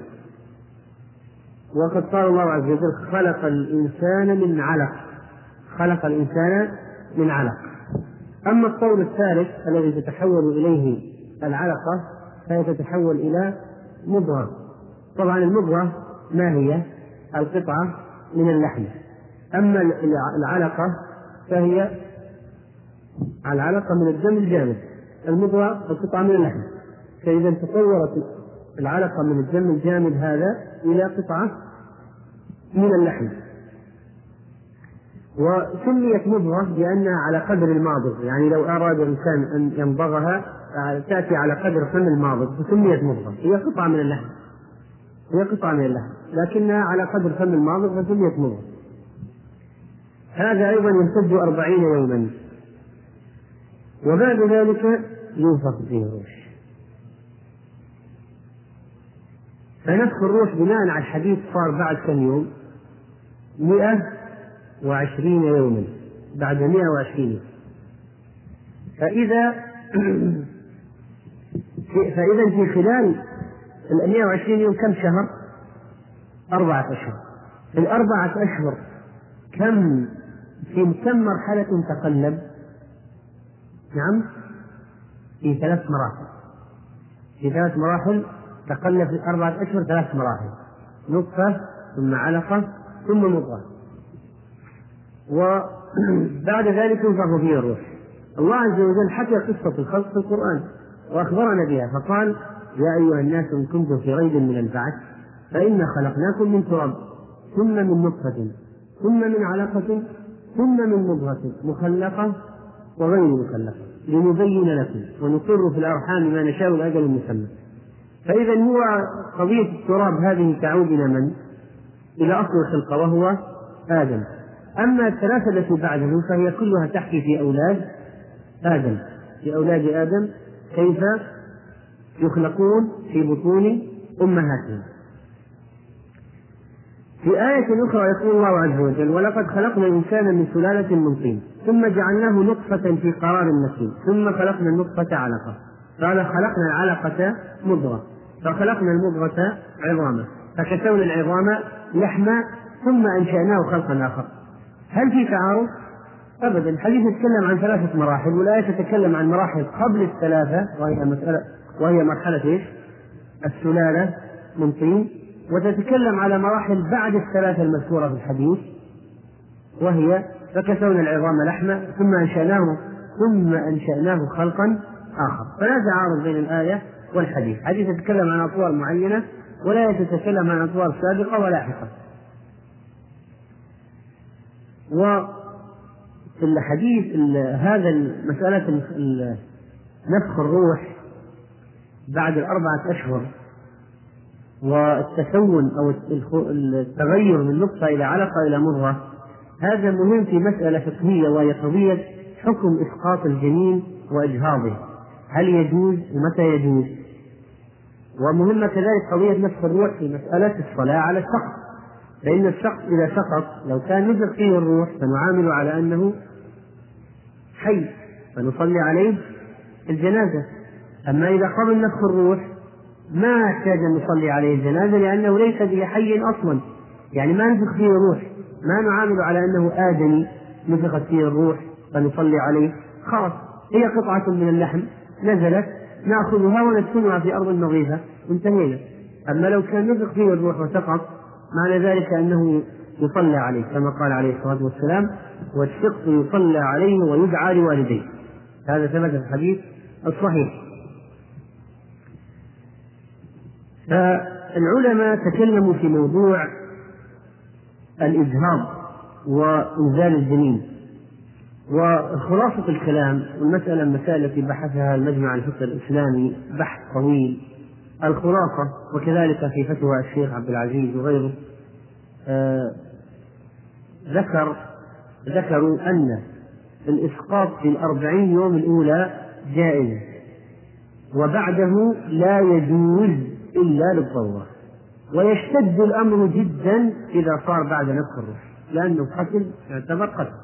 وقد قال الله عز وجل خلق الإنسان من علق، خلق الإنسان من علق. أما الطور الثالث الذي تتحول إليه العلقة فهي تتحول إلى مضغة. طبعا المضغة ما هي؟ القطعة من اللحم. أما العلقة فهي العلقة من الدم الجامد، المضغة القطعة من اللحم. فإذا تطورت العلقة من الدم الجامد هذا إلى قطعة من اللحم. وسميت مضغة لأنها على قدر الماضغ، يعني لو أراد الإنسان أن يمضغها تأتي على قدر فم الماضغ فسميت مضغة. هي قطعة من اللحم، هي قطعة من اللحم لكنها على قدر فم الماضغ فسميت مضغة. هذا أيضا يمتد أربعين يوما، وبعد ذلك ينفخ فيه الروح. فنفخ الروح بناء على الحديث صار بعد كم يوم؟ مئة وعشرين يوما، بعد مئة وعشرين يوم. فإذا فإذا في خلال المئة وعشرين يوم كم شهر؟ أربعة أشهر. في الأربعة أشهر كم في كم مرحلة تقلب؟ نعم، في ثلاث مراحل، في ثلاث مراحل تقلب في أربعة أشهر، ثلاث مراحل: نطفة ثم علقة ثم مضغة. وبعد ذلك ينفخ فيه الروح. الله عز وجل حكى قصة الخلق في القرآن وأخبرنا بها، فقال: يا أيها الناس إن كنتم في ريب من البعث فإنا خلقناكم من تراب ثم من نطفة ثم من علقة ثم من مضغة مخلقة وغير مخلقة لنبين لكم ونقر في الأرحام ما نشاء إلى أجل مسمى. فإذا هو قضية التراب هذه تعود إلى من؟ إلى أصل الخلقة وهو آدم. أما الثلاثة التي بعده فهي كلها تحكي في أولاد آدم، في أولاد آدم كيف يخلقون في بطون أمهاتهم. في آية أخرى يقول الله عز وجل: ولقد خلقنا الإنسان من سلالة من طين ثم جعلناه نطفة في قرار مكين ثم خلقنا النطفة علقة، قال خلقنا العلقة مضغة فخلقنا المضغة عظاما فكسونا العظام لحما ثم أنشأناه خلقا آخر. هل في تعارض؟ أبدا. الحديث يتكلم عن ثلاثة مراحل، والآية تتكلم عن مراحل قبل الثلاثة وهي مسألة وهي مرحلة إيش؟ السلالة من طين، وتتكلم على مراحل بعد الثلاثة المذكورة في الحديث وهي فكسونا العظام لحما ثم أنشأناه ثم أنشأناه خلقا آخر. فلا تعارض بين الآية والحديث. الحديث يتكلم عن أطوار معينة ولا يتكلم عن أطوار سابقة ولاحقة. وفي الحديث هذا مسألة نفخ الروح بعد الأربعة أشهر والتكون أو التغير من نطفة إلى علقة إلى مضغة، هذا مهم في مسألة فقهية وهي قضية حكم إسقاط الجنين وإجهاضه، هل يجوز ومتى يجوز؟ ومهمة كذلك قضية نفخ الروح في مسألة الصلاة على السقط، فإن السقط إذا سقط لو كان نفخ فيه الروح فنعامل على أنه حي فنصلي عليه الجنازة. أما إذا قبل نفخ الروح ما احتاج أن نصلي عليه الجنازة لأنه ليس به حي أصلا، يعني ما نفخ فيه الروح، ما نعامل على أنه آدمي نفخت فيه الروح فنصلي عليه، خلاص هي قطعة من اللحم نزلت نأخذها وندفنها في أرض نظيفة انتهينا. أما لو كان نفخ فيه الروح وسقط معنى ذلك أنه يصلى عليه كما قال عليه الصلاة والسلام: والسقط يصلى عليه ويدعى لوالديه. هذا ثبت في الحديث الصحيح. فالعلماء تكلموا في موضوع الإجهاض وإنزال الجنين، وخلاصة الكلام والمسألة المسائل التي بحثها المجمع الفقهي الإسلامي بحث طويل، الخلاصة وكذلك في فتوى الشيخ عبد العزيز وغيره آه ذكر ذكروا أن الإسقاط في الأربعين يوم الأولى جائز، وبعده لا يجوز إلا للضرورة، ويشتد الأمر جدا إذا صار بعد نفخ الروح لأنه قتل يعتبر قتل.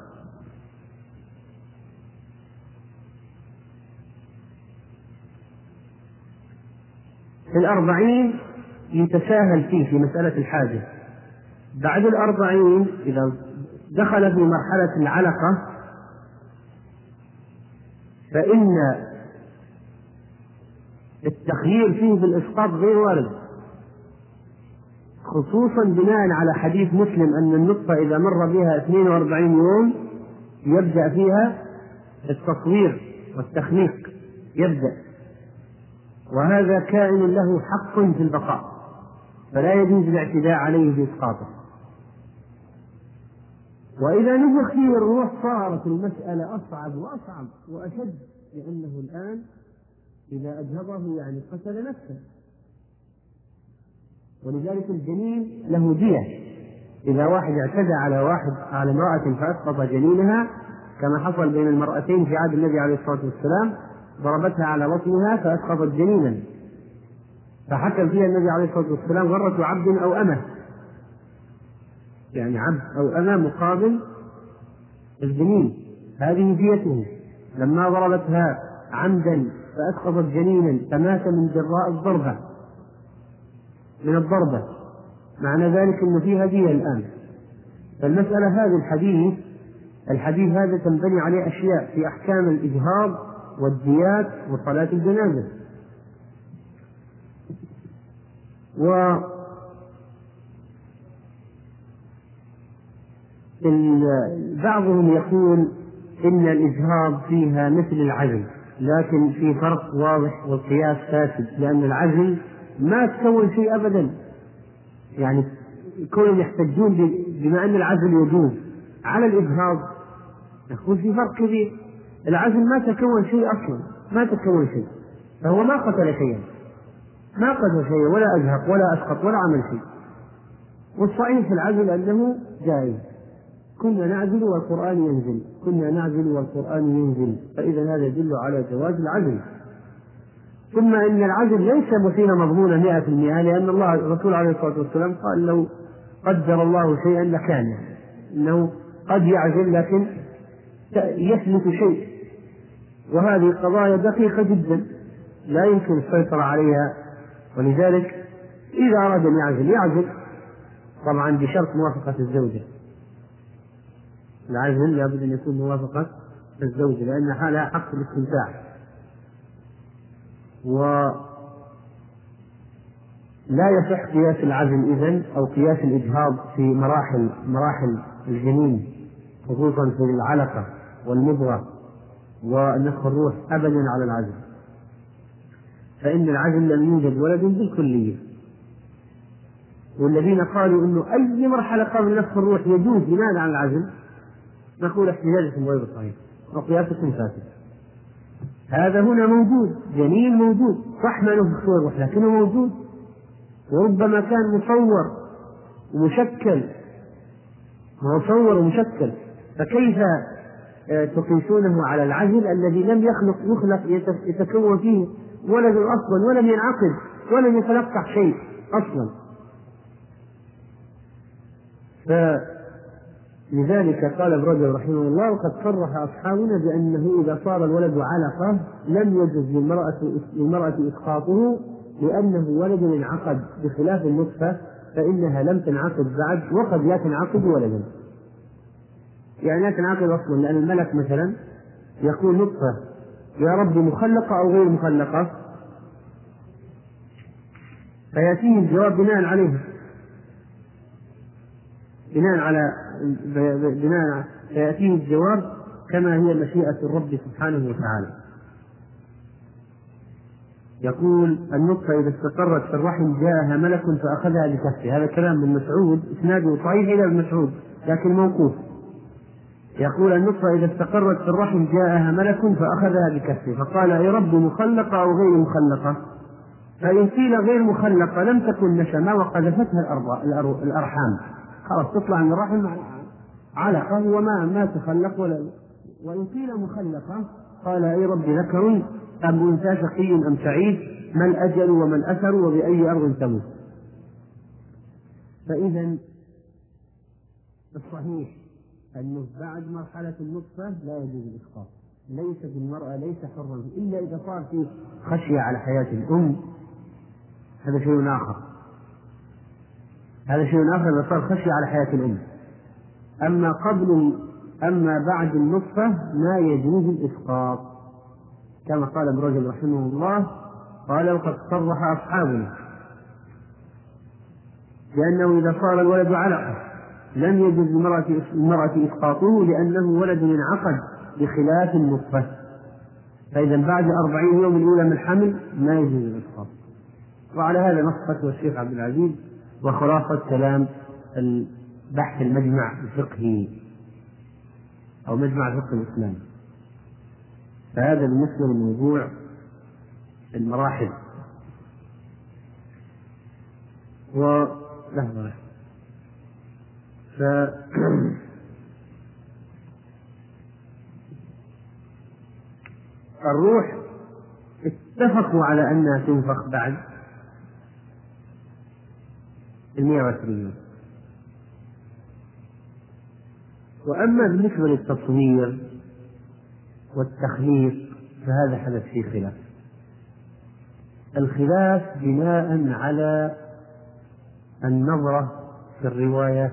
في الأربعين يتساهل فيه في مسألة الحاجة. بعد الأربعين إذا دخل في مرحلة العلقة فإن التخيير فيه بالإسقاط غير وارد، خصوصا بناء على حديث مسلم أن النطفة إذا مر بها اثنين وأربعين يوم يبدأ فيها التصوير والتخنيق يبدأ، وهذا كائن له حق في البقاء فلا يجوز الاعتداء عليه بإسقاطه. وإذا نفخ فيه الروح صارت المسألة أصعب وأصعب وأشد، لأنه الآن إذا أجهضه يعني قتل نفسه، ولذلك الجنين له دية. إذا واحد اعتدى على واحد على امرأة فأسقط جنينها كما حصل بين المرأتين في عهد النبي عليه الصلاة والسلام، ضربتها على بطنها فأسقطت جنينا، فحكم فيها النبي عليه الصلاة والسلام غرة عبد أو أمة، يعني عبد أو أمة مقابل الجنين، هذه ديته. لما ضربتها عمدا فأسقطت جنينا فمات من جراء الضربة من الضربة، معنى ذلك أن فيها دية الآن. فالمسألة هذه الحديث الحديث هذا تنبني عليه أشياء في أحكام الإجهاض والديات وصلاة الجنازة. و بعضهم يقول إن الإجهاض فيها مثل العزل، لكن في فرق واضح والقياس فاسد، لأن العزل ما تكون شيء أبدا، يعني كونهم يحتجون بما أن العزل يجوز على الإجهاض يقول في فرق كبير. العزل ما تكون شيء أصلا، ما تكون شيء، فهو ما قتل شيئا، ما قتل شيئا ولا أجهق ولا أسقط ولا عمل شيء. والصحيح في العزل أنه جائز، كنا نعزل والقرآن ينزل، كنا نعزل والقرآن ينزل، فإذا هذا يدل على جواز العزل. ثم إن العزل ليس وسيلة مضمونة مئة في المئة، لأن الله الرسول عليه الصلاة والسلام قال لو قدر الله شيئا لكان، إنه قد يعزل لكن يثبت شيء، وهذه قضايا دقيقة جدا لا يمكن السيطرة عليها. ولذلك إذا أراد أن يعزل يعزل، طبعا بشرط موافقة الزوجة. العزل لابد أن يكون موافقة الزوجة، لأن لها حق الاستمتاع. ولا يصح قياس العزل إذن أو قياس الإجهاض في مراحل مراحل الجنين، خصوصا في العلقة والمضغة ونفخ الروح، أبدا على العزل، فإن العزل لم يوجد ولد بالكلية. والذين قالوا إنه أي مرحلة قبل نفخ الروح يجوز بناء على العزل، نقول احتجاجكم غير صحيح وقياسكم فاسد. هذا هنا موجود، جنين موجود، صح ما نفخ الروح لكنه موجود، وربما كان مصور ومشكل، مصور ومشكل، فكيف تقيسونه على العزل الذي لم يخلق يخلق يتكون فيه ولد أصلا، ولم ينعقد ولم يتلقح شيء أصلا. فلذلك قال ابن رجب رحمه الله: وقد صرح أصحابنا بأنه إذا صار الولد علقة لم يجوز للمرأة إسقاطه، لأنه ولد انعقد، بخلاف النطفة فإنها لم تنعقد بعد، وقد لا تنعقد ولدا، يعني لا تنعقد أصلا، لأن الملك مثلا يقول نطفة يا رب مخلقة أو غير مخلقة، فيأتيه الجواب بناء عليه، بناء على بناء فيأتيه الجواب كما هي مشيئة الرب سبحانه وتعالى. يقول: النطفة إذا استقرت في الرحم جاءها ملك فأخذها بكفه. هذا كلام من مسعود، إسناده صحيح إلى ابن مسعود لكن موقوف. يقول: النطفة إذا استقرت في الرحم جاءها ملك فأخذها بكفه فقال: يا رب مخلقة أو غير مخلقة؟ فإن قيل غير مخلقة لم تكن نشمة وقذفتها الأرحام، خلاص تطلع من الرحم علقة وما ما تخلق ولا. وإن قيل مخلقة قال: أي رب ذكر أم أنثى شقي أم سعيد؟ ما الأجل وما الأثر وبأي أرض تموت؟ فإذا الصحيح أنه بعد مرحلة النطفة لا يجوز الإسقاط، ليست المرأة ليس حرا إلا إذا صار في خشية على حياة الأم، هذا شيء آخر، هذا شيء آخر إذا صار خشية على حياة الأم. أما قبل أما بعد النطفة ما يجوز الإسقاط، كما قال ابن رجب رحمه الله، قال: وقد صرح أصحابنا بأنه إذا صار الولد علقة لم يجوز للمرأة إسقاطه، لأنه ولد انعقد بخلاف النطفة، فإذا بعد أربعين يوم الأولى من الحمل ما يجوز الإسقاط. وعلى هذا نص فتوى الشيخ عبد العزيز وخلاصة كلام البحث المجمع الفقهي أو مجمع الفقه الإسلامي. فهذا بالنسبة لموضوع المراحل. و لحظة ف الروح اتفقوا على أنها تنفخ بعد المئة وعشرين. وأما بالنسبة للتصوير والتخليق فهذا حدث فيه خلاف. الخلاف بناء على النظرة في الرواية،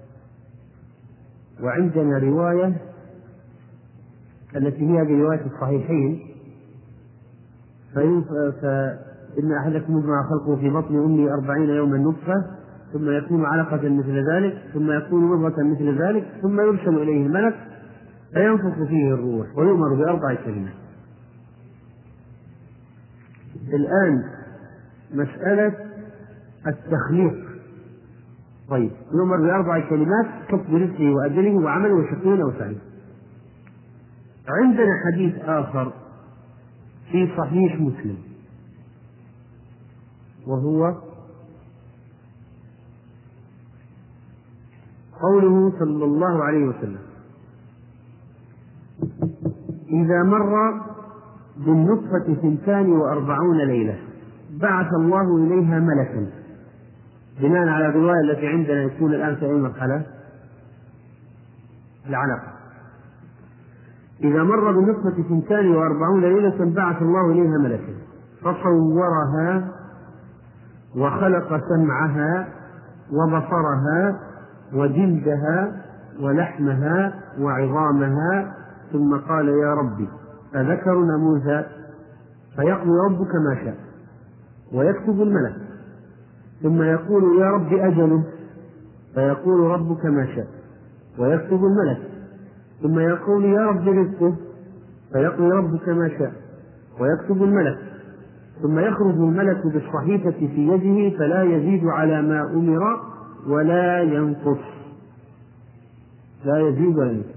وعندنا رواية التي هي برواية الصحيحين: فإن أحدكم يجمع خلقه في بطن أمه أربعين يوما نطفة ثم يكون علقة مثل ذلك ثم يكون مضغة مثل ذلك ثم يرسل إليه الملك فينفخ فيه الروح ويؤمر بأربع كلمات. الآن مسألة التخليق، طيب يؤمر بأربع كلمات: كتب رزقه وأجله وعمله وشقي أو سعيد. عندنا حديث آخر في صحيح مسلم وهو قوله صلى الله عليه وسلم: إذا مر بالنطفة ثنتان وأربعون ليلة بعث الله إليها ملكا. بناء على الرواية التي عندنا يكون الآن في أي مرحلة؟ العلقة. إذا مر بالنطفة ثنتان وأربعون ليلة بعث الله إليها ملكا فصورها وخلق سمعها وبصرها وجلدها ولحمها وعظامها، ثم قال: يا ربي أذكر أنثى؟ فيقضي ربك ما شاء ويكتب الملك، ثم يقول: يا رب أجله؟ فيقول ربك ما شاء ويكتب الملك، ثم يقول: يا رب رزقه؟ فيقضي ربك ما شاء ويكتب الملك، ثم يخرج الملك بالصحيفة في يده فلا يزيد على ما أمر ولا ينقص، لا يزيد ولا ينقص.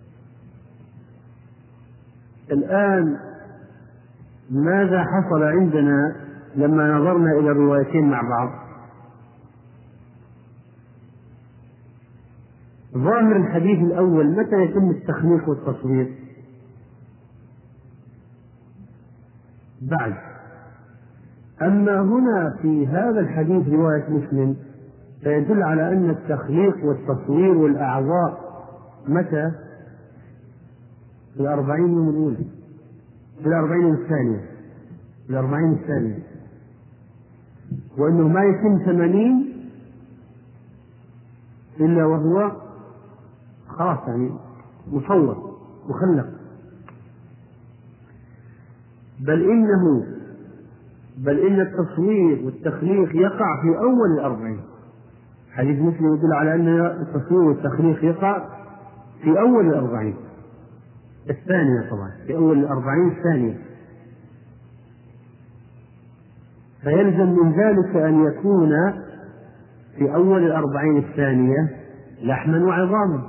الآن ماذا حصل عندنا لما نظرنا إلى الروايتين مع بعض؟ ظاهر الحديث الأول متى يتم التخليق والتصوير؟ بعد. أما هنا في هذا الحديث رواية مسلم فيدل على أن التخليق والتصوير والأعضاء متى؟ في الأربعين يوم الأولى، في الأربعين الثانية، في الأربعين الثانية، وأنه ما يتم ثمانين إلا وهو خلاص يعني مصور مخلق. بل إنه بل إن التصوير والتخليق يقع في أول الأربعين. حديث مسلم يدل على أن التصوير والتخليق يقع في أول الأربعين الثانية، طبعا في أول الأربعين الثانية. فيلزم من ذلك أن يكون في أول الأربعين الثانية لحما وعظاما،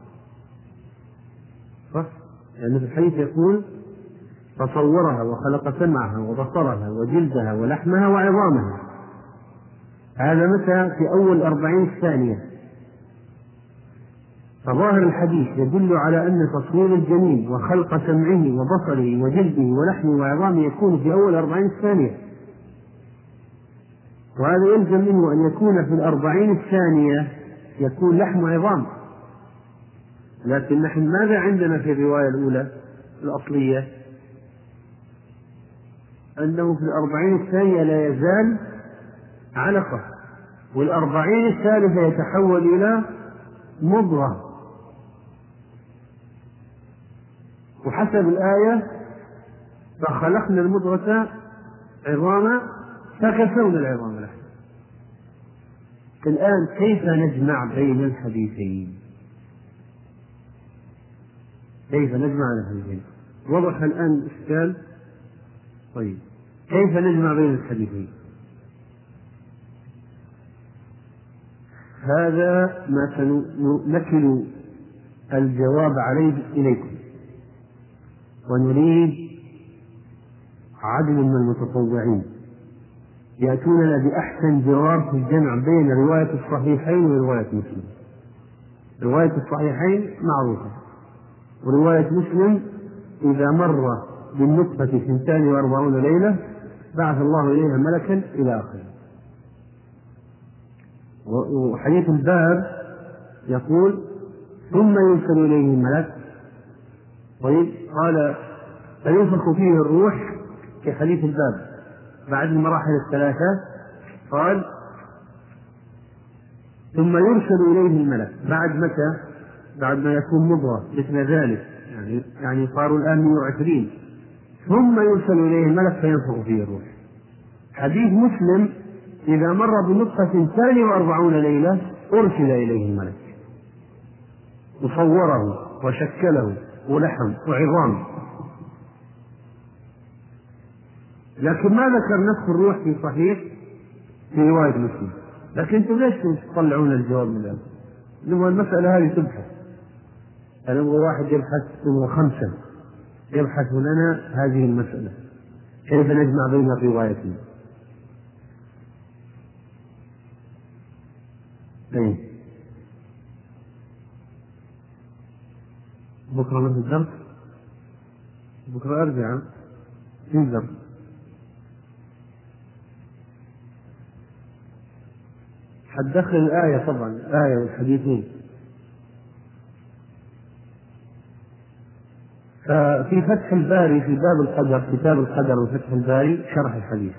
صح؟ لأن في الحديث يقول: فصورها وخلق سمعها وبصرها وجلدها ولحمها وعظامها. هذا متى؟ في أول الأربعين الثانية. فظاهر الحديث يدل على أن تصوير الجنين وخلق سمعه وبصره وجلده ولحمه وعظامه يكون في أول الأربعين الثانية، وهذا يلزم منه أن يكون في الأربعين الثانية يكون لحم وعظام. لكن نحن ماذا عندنا في الرواية الأولى الأصلية؟ أنه في الأربعين الثانية لا يزال علقة، والأربعين الثالثة يتحول إلى مضغة، وحسب الآية: فخلقنا المضغة عظاما فكسونا العظام لحما. الآن كيف نجمع بين الحديثين؟ كيف نجمع الحديثين؟ وضح الآن الإشكال. طيب، كيف نجمع بين الحديثين؟ هذا ما سنكل الجواب عليه إليكم، ونريد عدد من المتطوعين يأتوننا بأحسن جواب في الجمع بين رواية الصحيحين ورواية مسلم. رواية الصحيحين معروفة، ورواية مسلم: إذا مر بالنطفة ثنتان وأربعون ليلة بعث الله إليها ملكا إلى آخره. وحديث الباب يقول: ثم يرسل إليه الملك. طيب، قال: فينفخ فيه الروح في حديث الباب بعد المراحل الثلاثة. قال: ثم يرسل إليه الملك. بعد متى؟ بعد ما يكون مضغة مثل ذلك، يعني يعني صاروا الآن مئة وعشرين. ثم يرسل إليه الملك فينفخ فيه الروح. حديث مسلم: إذا مر بنطفة ثانية وأربعون ليلة أرسل إليه الملك وصوره وشكله ولحم وعظام. لكن ما ذكر نفس الروح في صحيح في رواية مسلم. لكن انتم ليش تطلعون الجواب من هذا؟ لما المسألة هذه تبحث، أنا أبغى واحد يبحث، أبغى خمسة يبحث لنا هذه المسألة، كيف نجمع بين الروايتين. أي بكرة ما في الدرس؟ بكرة أرجع في الدرس. حتدخل الآية طبعا، الآية والحديثين. ففي فتح الباري في باب القدر، كتاب القدر وفتح الباري شرح الحديث،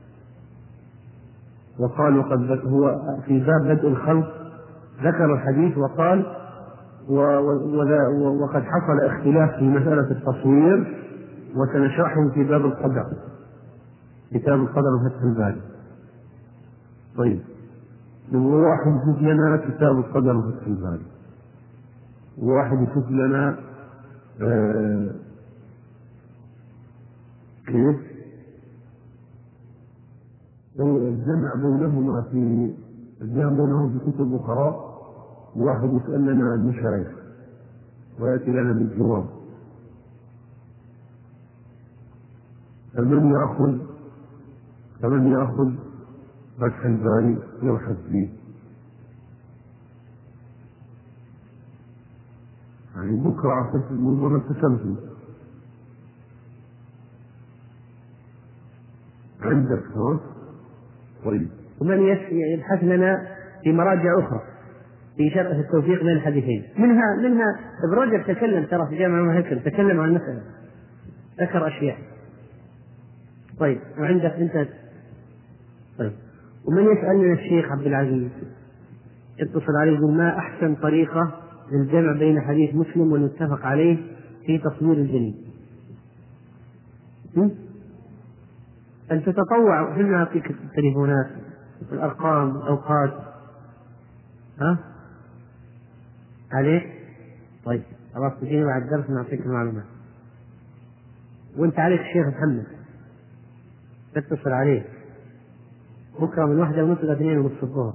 وقال وقد هو في باب بدء الخلق ذكر الحديث وقال وقد حصل اختلاف في مسألة التصوير وسنشرحه في باب القدر، كتاب القدر وفتح الباري. طيب، واحد يشوف لنا كتاب القدر وفتح الباري، وواحد يشوف لنا آه كيف الجمع بينهما في الجمع بينهم في كتب أخرى، واحد يسأل لنا عن المشايخ ويأتي لنا بالجواب. فمن يأخذ فمن يأخذ فتح الباري يبحث فيه، يعني بكرة من مرة تسلسل عندك خلاص. طيب، ومن يبحث لنا في مراجع أخرى في شرح التوفيق بين الحديثين، منها منها ابن رجب تكلم ترى في جامع المهكم، تكلم عن المسألة، ذكر أشياء. طيب، وعندك أنت. طيب، ومن يسأل لنا الشيخ عبد العزيز اتصل عليه يقول ما أحسن طريقة للجمع بين حديث مسلم والمتفق عليه في تصوير الجنين؟ أن تتطوع، في نعطيك التليفونات الأرقام الأوقات ها عليك. طيب خلاص، تجيني بعد الدرس نعطيك المعلومات. وانت عليك الشيخ محمد تتصل عليه بكرة من واحدة ونص إلى اثنين ونص الظهر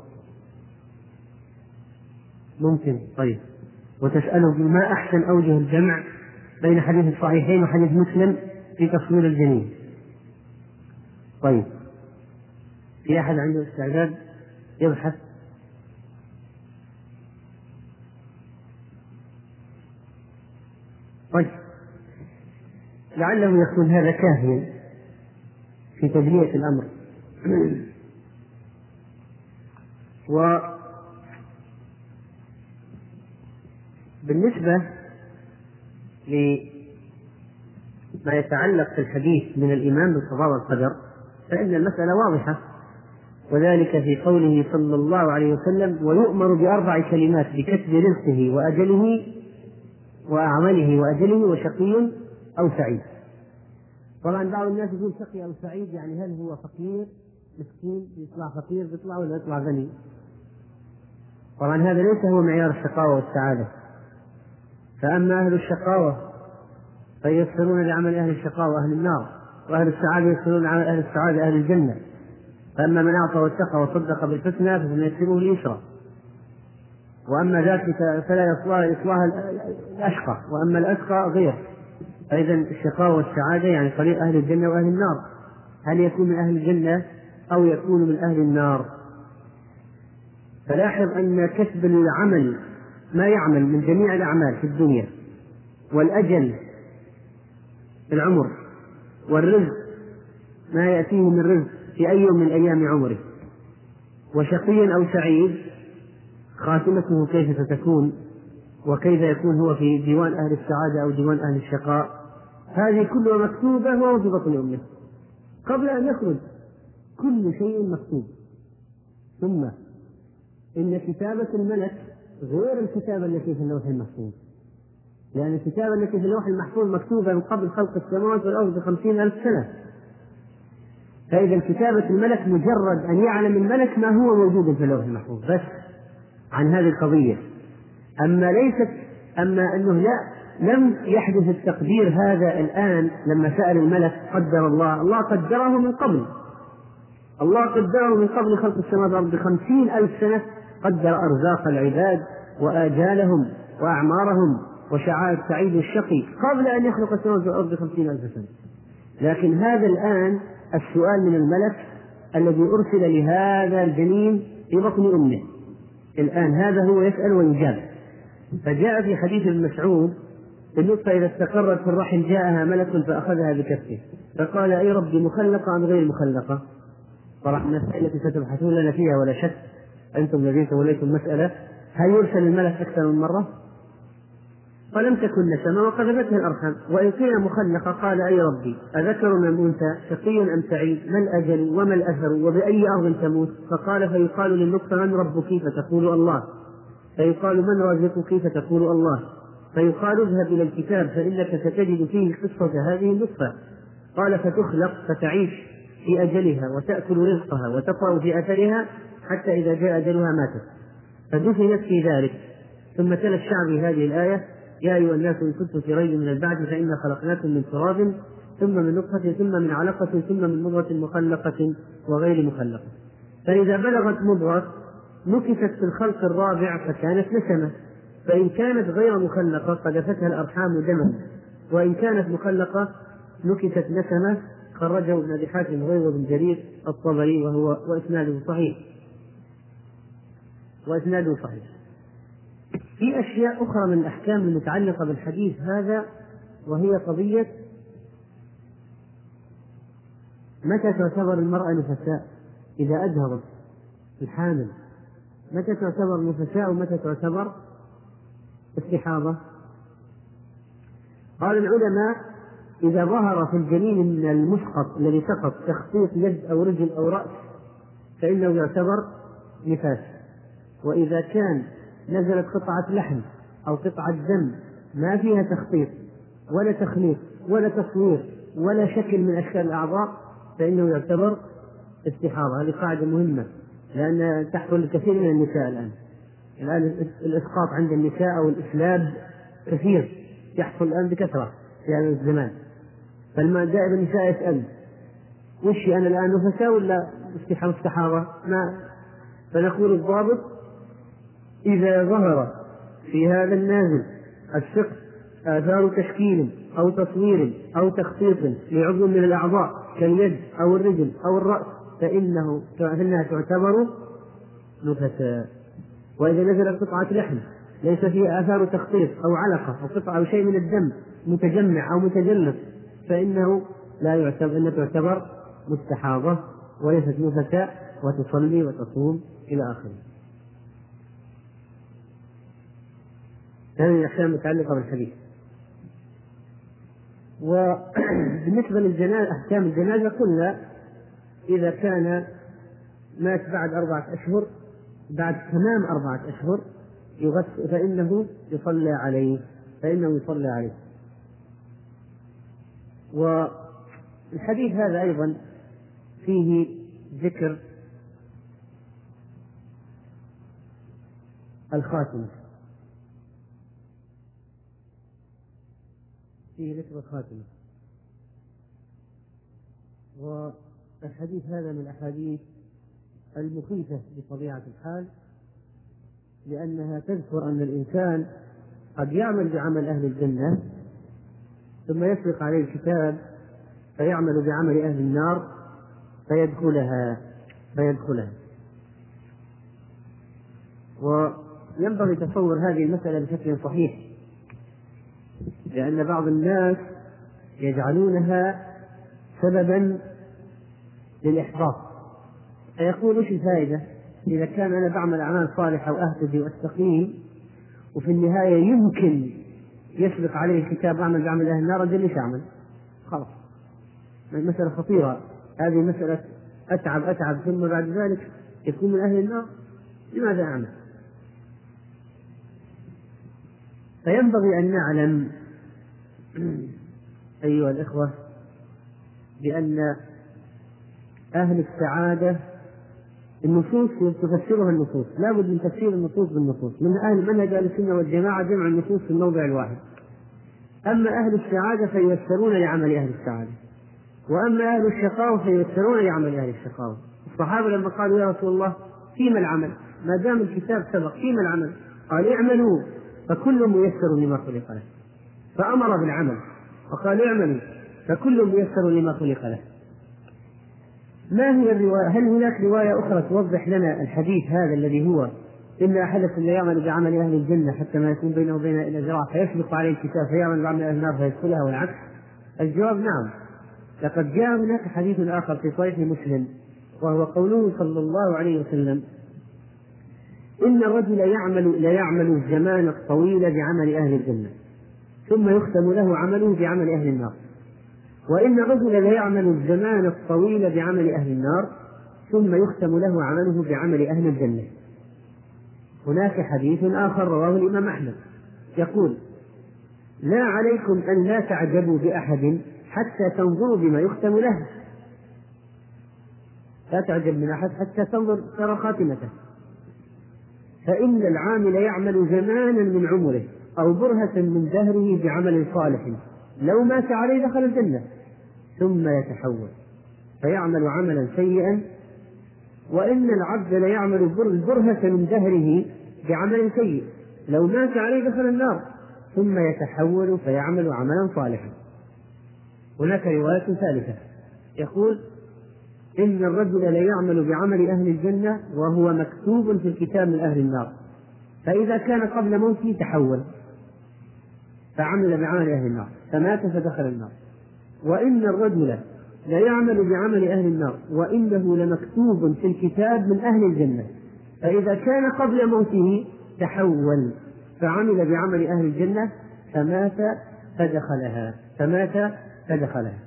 ممكن. طيب، وتسأله ما أحسن أوجه الجمع بين حديث الصحيحين وحديث مسلم في تصوير الجنين. طيب، في أحد عنده استعداد يبحث؟ طيب، لعله يكون هذا كافيا في تجلية الأمر. وبالنسبة لما يتعلق في الحديث من الإيمان بالقضاء والقدر فإن المسألة واضحة، وذلك في قوله صلى الله عليه وسلم ويؤمر بأربع كلمات بكتب رزقه وأجله وأعمله وأجله وشقي أو سعيد. طبعا بعض الناس يقول شقي أو سعيد يعني هل هو فقير مسكين بيطلع فقير بيطلع ولا يطلع غني؟ طبعا هذا ليس هو معيار الشقاوة والسعادة. فأما أهل الشقاوة فييسرون لعمل أهل الشقاوة أهل النار، وأهل السعادة ييسرون لعمل أهل السعادة أهل الجنة. فأما من أعطى واتقى وصدق بالحسنى فسنيسره اليسرى، وأما ذاك فلا يصلها الأشقى، وأما الأشقى غير. فإذا الشقاوة والسعادة يعني طريق أهل الجنة وأهل النار. هل يكون من أهل الجنة أو يكون من أهل النار؟ فلاحظ أن كسب العمل ما يعمل من جميع الأعمال في الدنيا، والأجل في العمر، والرزق ما يأتيه من رزق في أي يوم من أيام عمره، وشقي أو سعيد خاتمته كيف ستكون وكيف يكون هو في ديوان أهل السعادة أو ديوان أهل الشقاء. هذه كلها مكتوبة وهو في بطن أمه قبل أن يخرج، كل شيء مكتوب. ثم إن كتابة الملك غير الكتابة التي في اللوح المحفوظ، لأن الكتابة التي في اللوح المحفوظ مكتوبة من قبل خلق السماوات والأرض بخمسين ألف سنة. فإذا كتابة الملك مجرد أن يعلم الملك ما هو موجود في اللوح المحفوظ بس عن هذه القضية. أما ليست أما أنه لا لم يحدث التقدير هذا الآن لما سأل الملك قدر الله، الله قدره من قبل، الله قدره من قبل خلق السماوات والأرض بخمسين ألف سنة، قدر أرزاق العباد وآجالهم وأعمارهم وشعائر السعيد والشقي قبل أن يخلق السماوات والأرض بخمسين ألف سنة. لكن هذا الآن السؤال من الملك الذي أرسل لهذا الجنين في بطن أمه، الآن هذا هو يسأل ويجاب. فجاء في حديث ابن مسعود النطفة إذا استقرت في الرحم جاءها ملك فأخذها بكفه فقال أي ربي مخلقة أم غير مخلقة؟ طرح المسألة التي ستبحثون لنا فيها ولا شك أنتم الذين توليتم مسألة هل يرسل الملك أكثر من مرة؟ فلم تكن نسمة وقذفتها الأرحام. وإن قيل مخلقة قال أي ربي أذكر من أنثى شقي أم سعيد ما الأجل وما الأثر وبأي أرض تموت؟ فقال فيقال للنطفة من ربك فتقول الله، فيقال من رازقك فتقول الله، فيقال اذهب إلى الكتاب فإنك ستجد فيه قصة هذه النطفة. قال فتخلق فتعيش في أجلها وتأكل رزقها وتطأ في أثرها حتى إذا جاء أجلها ماتت فدفنت في ذلك. ثم تلا الشعبي هذه الآية يا أيها الناس إن كنتم في ريب من البعث فإنا خلقناكم من تراب ثم من نطفة ثم من علقة ثم من مضغة مخلقة وغير مخلقة. فإذا بلغت مضغة نكست في الخلق الرابع فكانت نسمة، فإن كانت غير مخلقة قذفتها الأرحام دما، وإن كانت مخلقة نكست نسمة. خرجه ابن أبي حاتم غير بن جرير الطبري وهو وإسناده صحيح وإسناده صحيح. في أشياء أخرى من الأحكام المتعلقة بالحديث هذا، وهي قضية متى تعتبر المرأة نفساء إذا أجهضت الحامل، متى تعتبر نفساء ومتى تعتبر استحاضة. قال العلماء إذا ظهر في الجنين من المسقط الذي سقط تخطيط يد أو رجل أو رأس فإنه يعتبر نفاس، وإذا كان نزلت قطعة لحم أو قطعة دم ما فيها تخطيط ولا تخليط ولا تصوير ولا شكل من أشكال الأعضاء فإنه يعتبر استحاضة. هذه قاعدة مهمة لأن تحصل الكثير من النساء الآن. الآن الإسقاط عند النساء أو الإسلاب كثير يحصل الآن بكثرة في هذا الزمان، فلما دائما النساء يسأل وش أنا الآن نفساء ولا استحاضة؟ ما فنقول الضابط إذا ظهر في هذا النازل السقط آثار تشكيل أو تصوير أو تخطيط لعضو من الأعضاء كاليد أو الرجل أو الرأس فإنه فإنها تعتبر نفساء. وإذا نزلت قطعة لحم ليس فيها آثار تخطيط أو علقة أو قطعة أو شيء من الدم متجمع أو متجلط فإنه لا يعتبر أنها تعتبر مستحاضة وليست نفساء وتصلي وتصوم إلى آخره. هذه الأحكام المتعلقة بالحديث. وبالنسبة للجنازة أحكام الجنازة قلنا إذا كان مات بعد أربعة أشهر بعد تمام أربعة أشهر يغسل فإنه يصلى عليه فإنه يصلى عليه. والحديث هذا أيضا فيه ذكر الخاتمة، فيه ذكر الخاتمة. والحديث هذا من الأحاديث المخيفة بطبيعة الحال، لأنها تذكر أن الإنسان قد يعمل بعمل أهل الجنة ثم يسبق عليه الكتاب فيعمل بعمل أهل النار فيدخلها فيدخلها وينبغي تصور هذه المسألة بشكل صحيح، لأن بعض الناس يجعلونها سببا للإحباط، فيقول وش الفائدة إذا كان أنا بعمل أعمال صالحة وأهتدي وأستقيم وفي النهاية يمكن يسبق عليه الكتاب أعمل بعمل أهل النار أجل ليش أعمل؟ خلاص مسألة خطيرة هذه، مسألة أتعب أتعب ثم بعد ذلك يكون من أهل النار، لماذا أعمل؟ فينبغي أن نعلم أيها الإخوة بأن أهل السعادة النصوص تفسرها النصوص، لا بد من تفسير النصوص بالنصوص. من أهل منهج أهل السنة والجماعة جمع النصوص في الموضع الواحد. أما أهل السعادة فييسرون لعمل أهل السعادة، وأما أهل الشقاوة فييسرون لعمل أهل الشقاوة. الصحابة لما قالوا يا رسول الله فيما العمل ما دام الكتاب سبق فيما العمل؟ قال اعملوا فكل ميسر لما خلق له، فأمر بالعمل وقال اعملوا فكل ميسر لما خلق له. ما هي الرواية؟ هل هناك رواية أخرى توضح لنا الحديث هذا الذي هو إن أحدكم لا يعمل بعمل أهل الجنة حتى ما يكون بينه وبينها إلا ذراع فيسبق عليه الكتاب فيعمل بعمل أهل النار فيدخلها والعكس؟ الجواب نعم. لقد جاء هناك حديث آخر في صحيح مسلم وهو قوله صلى الله عليه وسلم: إن الرجل يعمل لا يعمل الزمان الطويل بعمل أهل الجنة ثم يختم له عمله بعمل أهل النار، وإن الرجل لا يعمل الزمان الطويل بعمل أهل النار ثم يختم له عمله بعمل أهل الجنة. هناك حديث آخر رواه الإمام أحمد يقول: لا عليكم أن لا تعجبوا بأحد حتى تنظروا بما يختم له. لا تعجب من أحد حتى تنظر ترى خاتمته، فإن العامل يعمل زمانا من عمره أو برهة من دهره بعمل صالح لو مات عليه دخل الجنة، ثم يتحول فيعمل عملا سيئا. وإن العبد ليعمل البرهة من دهره بعمل سيء لو مات عليه دخل النار، ثم يتحول فيعمل عملا صالحا. هناك رواية ثالثة يقول: إن الرجل ليعمل بعمل أهل الجنة وهو مكتوب في الكتاب من أهل النار، فإذا كان قبل موته تحول فعمل بعمل أهل النار فمات فدخل النار. وإن الرجل ليعمل بعمل أهل النار وإنه لمكتوب في الكتاب من أهل الجنة، فإذا كان قبل موته تحول فعمل بعمل أهل الجنة فمات فدخلها فمات فدخلها.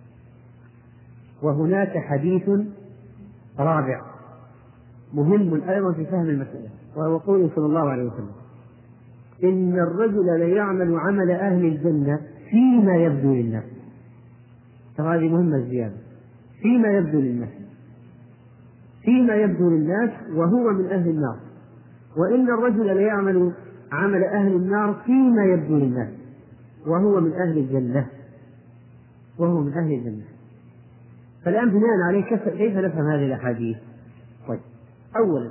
وهناك حديث رابع مهم أيضا في فهم المسألة، وهو قوله صلى الله عليه وسلم: إن الرجل ليعمل عمل أهل الجنة فيما يبدو للناس. هذه مهمة زيادة، فيما يبدو للناس، فيما يبدو للناس وهو من أهل النار. وإن الرجل ليعمل عمل أهل النار فيما يبدو للناس وهو من أهل الجنة وهو من أهل الجنة. فالآن بناء عليه كيف نفهم هذه الأحاديث؟ طيب، أولا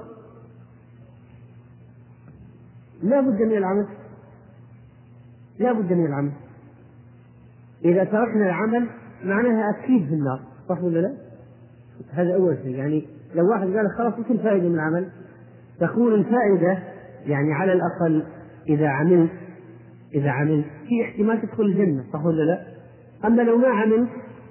لا بد من العمل، لا بد من العمل. إذا تركنا العمل معناها أكيد في النار، صح ولا لا؟ هذا أول شيء. يعني لو واحد قال خلاص وش الفائدة من العمل؟ تكون الفائدة يعني على الأقل إذا عملت إذا عملت في احتمال تدخل الجنة، صح ولا لا؟ أما لو ما عملت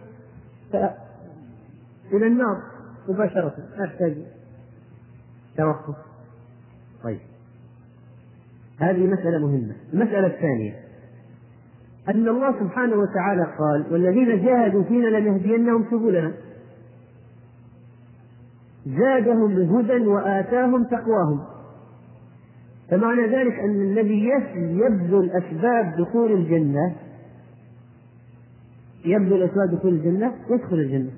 إلى النار مباشرة، أحتاج توقف. طيب، هذه مسألة مهمة. المسألة الثانية أن الله سبحانه وتعالى قال: والذين جاهدوا فينا لنهدينهم سبلنا، زادهم هدى وآتاهم تقواهم. فمعنى ذلك أن الذي يبذل أسباب دخول الجنة يبذل أسباب دخول الجنة يدخل الجنة.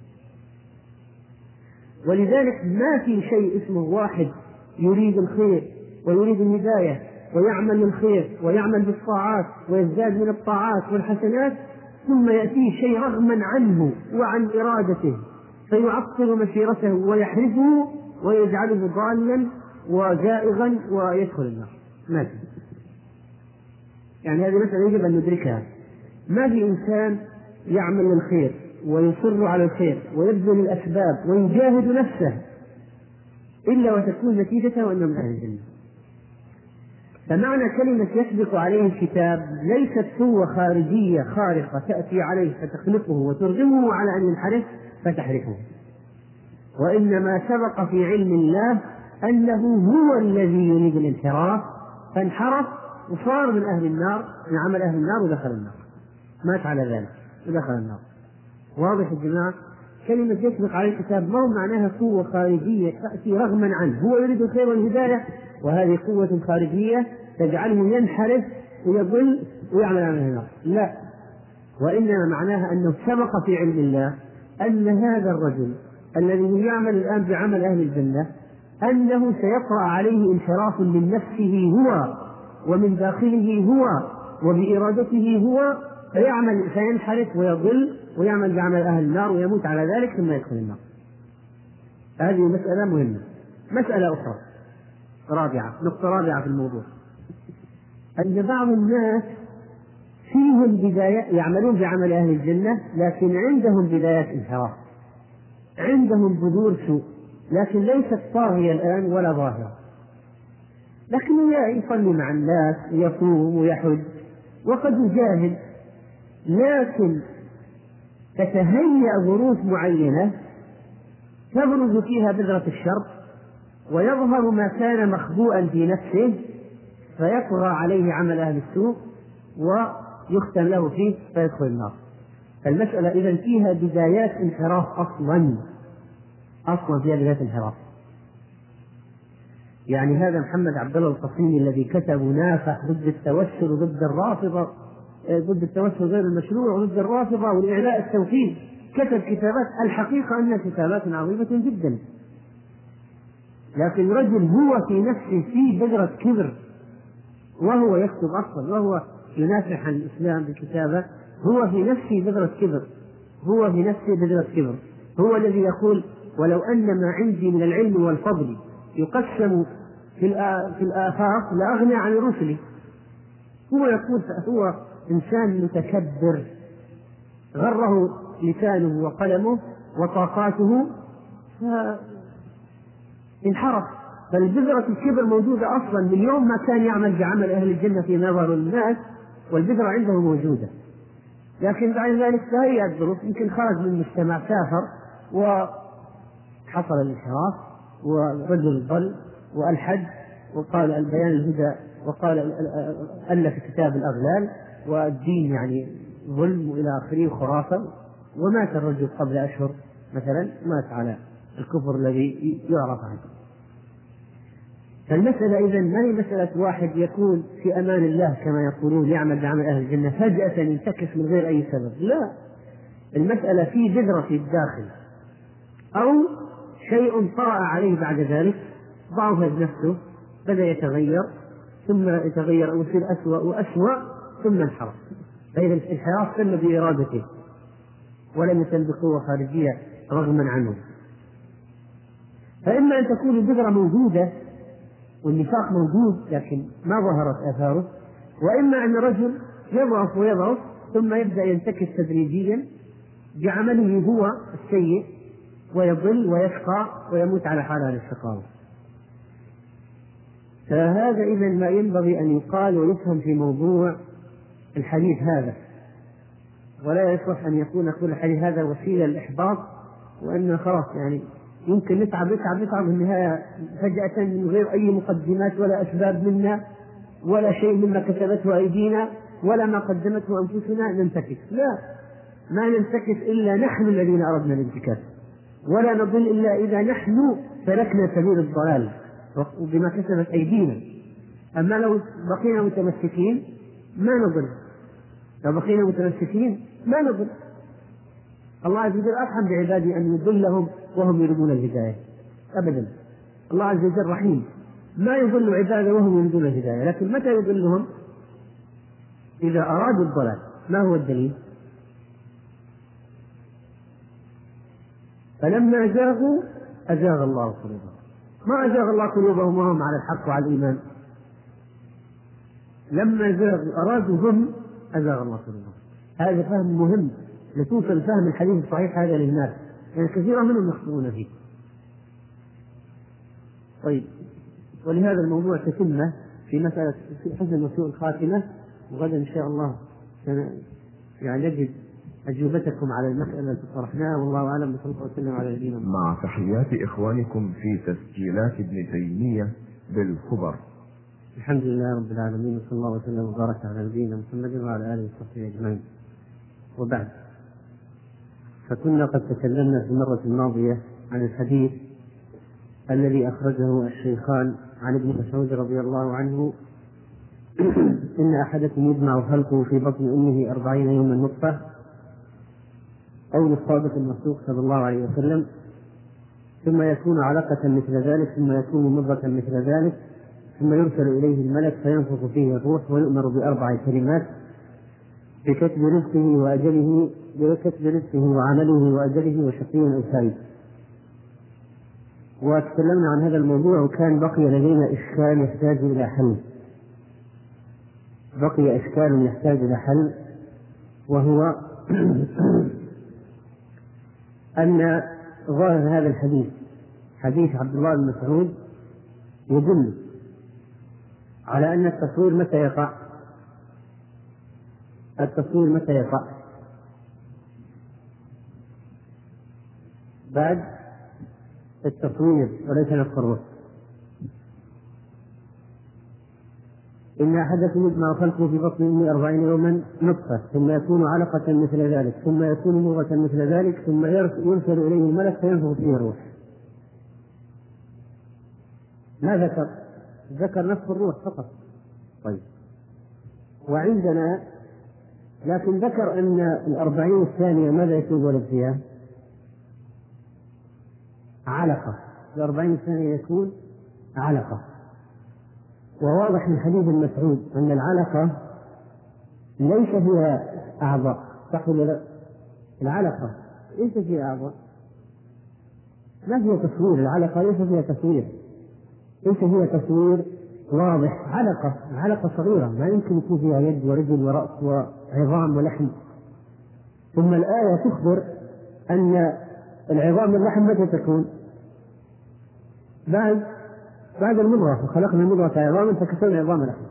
ولذلك ما في شيء اسمه واحد يريد الخير ويريد الهداية ويعمل للخير ويعمل بالطاعات ويزداد من الطاعات والحسنات ثم يأتيه شيء رغما عنه وعن إرادته فيعطل مسيرته ويحرفه ويجعله ضالا وزائغا ويدخل النار. ما في. يعني هذه مسألة يجب أن ندركها. ما في إنسان يعمل للخير ويصر على الخير ويبذل الأسباب ويجاهد نفسه إلا وتكون نتيجته أنه من أهل الجنة. فمعنى كلمة يسبق عليه الكتاب ليست قوة خارجية خارقة تأتي عليه فتخلقه وترغمه على أن ينحرف فتحرفه، وإنما سبق في علم الله أنه هو الذي يريد الانحراف فانحرف وصار من أهل النار، من عمل أهل النار ودخل النار، مات على ذلك ودخل النار. واضح يا جماعة؟ كلمة يسبق عليه الكتاب ما هو معناها قوة خارجية تأتي رغما عنه، هو يريد الخير والهداية وهذه قوة خارجية تجعله ينحرف ويضل ويعمل عمل النار، لا، وإنما معناها أنه سبق في علم الله أن هذا الرجل الذي يعمل الآن بعمل أهل الجنة أنه سيطرأ عليه انحراف من نفسه هو ومن داخله هو وبإرادته هو، فيعمل فينحرف ويضل ويعمل بعمل أهل النار ويموت على ذلك ثم يدخل النار. هذه مسألة مهمة. مسألة أخرى رابعة، نقطة رابعة في الموضوع، أن بعض الناس فيهم بداية يعملون بعمل أهل الجنة لكن عندهم بدايات انحراف، عندهم بذور سوء لكن ليست طاغية الآن ولا ظاهرة، لكنه يصلي مع الناس ويصوم ويحج وقد يجاهد، لكن تتهيأ ظروف معينة تبرز فيها بذرة الشر ويظهر ما كان مخبوءا في نفسه فيطغى عليه عمل أهل السوء ويختم له فيه فيدخل النار. فالمسألة إذن فيها بدايات انحراف أصلا أصلا فيها بدايات انحراف. يعني هذا محمد عبد الله القصيمي الذي كتب نافح ضد التوسل وضد الرافضة، ضد التوسل غير المشروع وضد الرافضة والإعلاء التوحيد، كتب كتابات الحقيقة أنها كتابات عظيمة جدا، لكن رجل هو في نفسه في بذرة كبر وهو يكتب أصلا وهو ينافح عن الإسلام بالكتابة، هو في نفسه بذرة كبر، هو في نفسه بذرة كبر، هو الذي يقول ولو أن ما عندي من العلم والفضل يقسم في في الآفاق لأغنى عن رسلي. هو يقول هو إنسان متكبر غره لسانه وقلمه وطاقاته فانحرف. بل بذرة الكبر موجودة أصلا من يوم ما كان يعمل بعمل أهل الجنة في نظر الناس والبذرة عنده موجودة، لكن بعد ذلك تهيأت الظروف، يمكن خرج من المجتمع سافر وحصل الانحراف ورجل ضل والحد وقال البيان الهدى وقال ألف كتاب الأغلال والدين يعني ظلم وإلى آخره خرافة، ومات الرجل قبل أشهر مثلا، مات على الكفر الذي يعرف عنه. فالمسألة إذن ما هي مسألة واحد يكون في أمان الله كما يقولون يعمل بعمل أهل الجنة فجأة ينتكس من غير أي سبب، لا، المسألة في بذرة في الداخل أو شيء طرأ عليه بعد ذلك ضعف نفسه بدأ يتغير ثم يتغير أو يصير أسوأ وأسوأ ثم انحرف. فإذا الانحراف تم بإرادته ولم يتم بقوة خارجية رغما عنه. فإما أن تكون البذرة موجودة والنفاق موجود لكن ما ظهرت آثاره، وإما أن رجل يضعف ويضعف ثم يبدأ ينتكس تدريجيا بعمله هو السيء ويضل ويشقى ويموت على حال أهل الشقاوة. فهذا إذن ما ينبغي أن يقال ويفهم في موضوع الحديث هذا، ولا يصح أن يكون كل حديث هذا وسيلة للإحباط وأن خلاص يعني يمكن نتعب نتعب نتعب في النهاية فجأة من غير أي مقدمات ولا أسباب منا ولا شيء مما كتبته أيدينا ولا ما قدمته أنفسنا ننتكس. لا، ما ننتكس إلا نحن الذين أردنا الانتكاس، ولا نضل إلا إذا نحن تركنا سبيل الضلال بما كسبت أيدينا. أما لو بقينا متمسكين ما نضل، لو بقينا متمسكين ما نضل. الله عز وجل أرحم بعباده أن يضلهم وهم يريدون الهداية أبدا. الله عز وجل رحيم ما يضل عباده وهم يريدون الهداية، لكن متى يضلهم؟ إذا أرادوا الضلال. ما هو الدليل؟ فلما أزاغوا أزاغ الله قلوبهم. ما أزاغ الله قلوبهم وهم على الحق وعلى الإيمان، لما أزاغوا أرادوا هم أزاغ الله قلوبهم. هذا فهم مهم لتوصل فهم الحديث الصحيح هذا للناس، يعني كثيرا منهم يخطئون فيه. طيب، ولهذا الموضوع تتمه في مسألة حسن وسوء الخاتمة، وغدا إن شاء الله يعني نجد أجوبتكم على المسألة التي طرحناها، والله أعلم. صلى الله وسلم على نبينا محمد. مع تحيات إخوانكم في تسجيلات ابن تيمية بالخبر. الحمد لله رب العالمين، وصلى الله وسلم وبارك على نبينا محمد وعلى آله وصحبه أجمعين. وبعد، فكنا قد تكلمنا في المرة الماضية عن الحديث الذي أخرجه الشيخان عن ابن مسعود رضي الله عنه: إن أحدكم يجمع خلقه في بطن أمه أربعين يوما نطفة، قول الصادق المصدوق صلى الله عليه وسلم، ثم يكون علقة مثل ذلك، ثم يكون مضغة مثل ذلك، ثم يرسل إليه الملك فينفخ فيه الروح ويؤمر بأربع كلمات: بكتب رزقه وأجله بكتب رزقه وعمله وأجله وشقي أو سعيد. وتكلمنا عن هذا الموضوع، وكان بقي لدينا إشكال يحتاج إلى حل بقي إشكال يحتاج إلى حل وهو أن ظاهر هذا الحديث، حديث عبد الله بن مسعود، يدل على أن التصوير متى يقع؟ التصوير متى يقع؟ بعد التصوير وليس نفخ الروح. إن أحدكم يجمع خلقه في بطن أمه أربعين يوما نطفة ثم يكون علقة مثل ذلك ثم يكون مضغة مثل ذلك ثم يرسل إليه الملك فينفخ فيه الروح. ما ذكر؟ ذكر نفخ الروح فقط. طيب، وعندنا لكن ذكر أن الأربعين الثانية ماذا يكون ولد فيها؟ علقة. الأربعين الثانية يكون علقة. وواضح من حديث المسعود أن العلقة ليس فيها أعضاء، صح ولا لا؟ العلقة ليس فيها أعضاء، ما فيها تصوير. العلقة ليس فيها تصوير، ليس فيها تصوير واضح. علقة علقة صغيرة ما يمكن يكون فيها يد ورجل ورأس وعظام ولحم. ثم الآية تخبر أن العظام واللحم متى تكون؟ بعد بعد المضغة، وخلقنا المضغة عظاما فكسونا عظام لحم.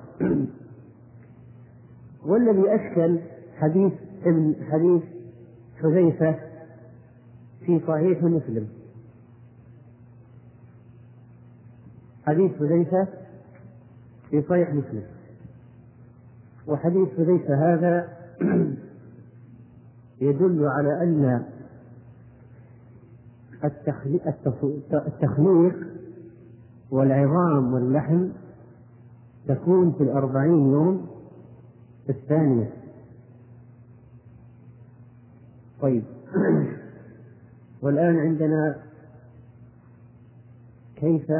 والذي أشكل حديث ابن حديث حذيفة في صحيح مسلم. حديث حذيفة في صحيح مسلم، وحديث حذيفة هذا يدل على أن التخليق والعظام واللحم تكون في الأربعين يوم الثانية. طيب، والآن عندنا كيف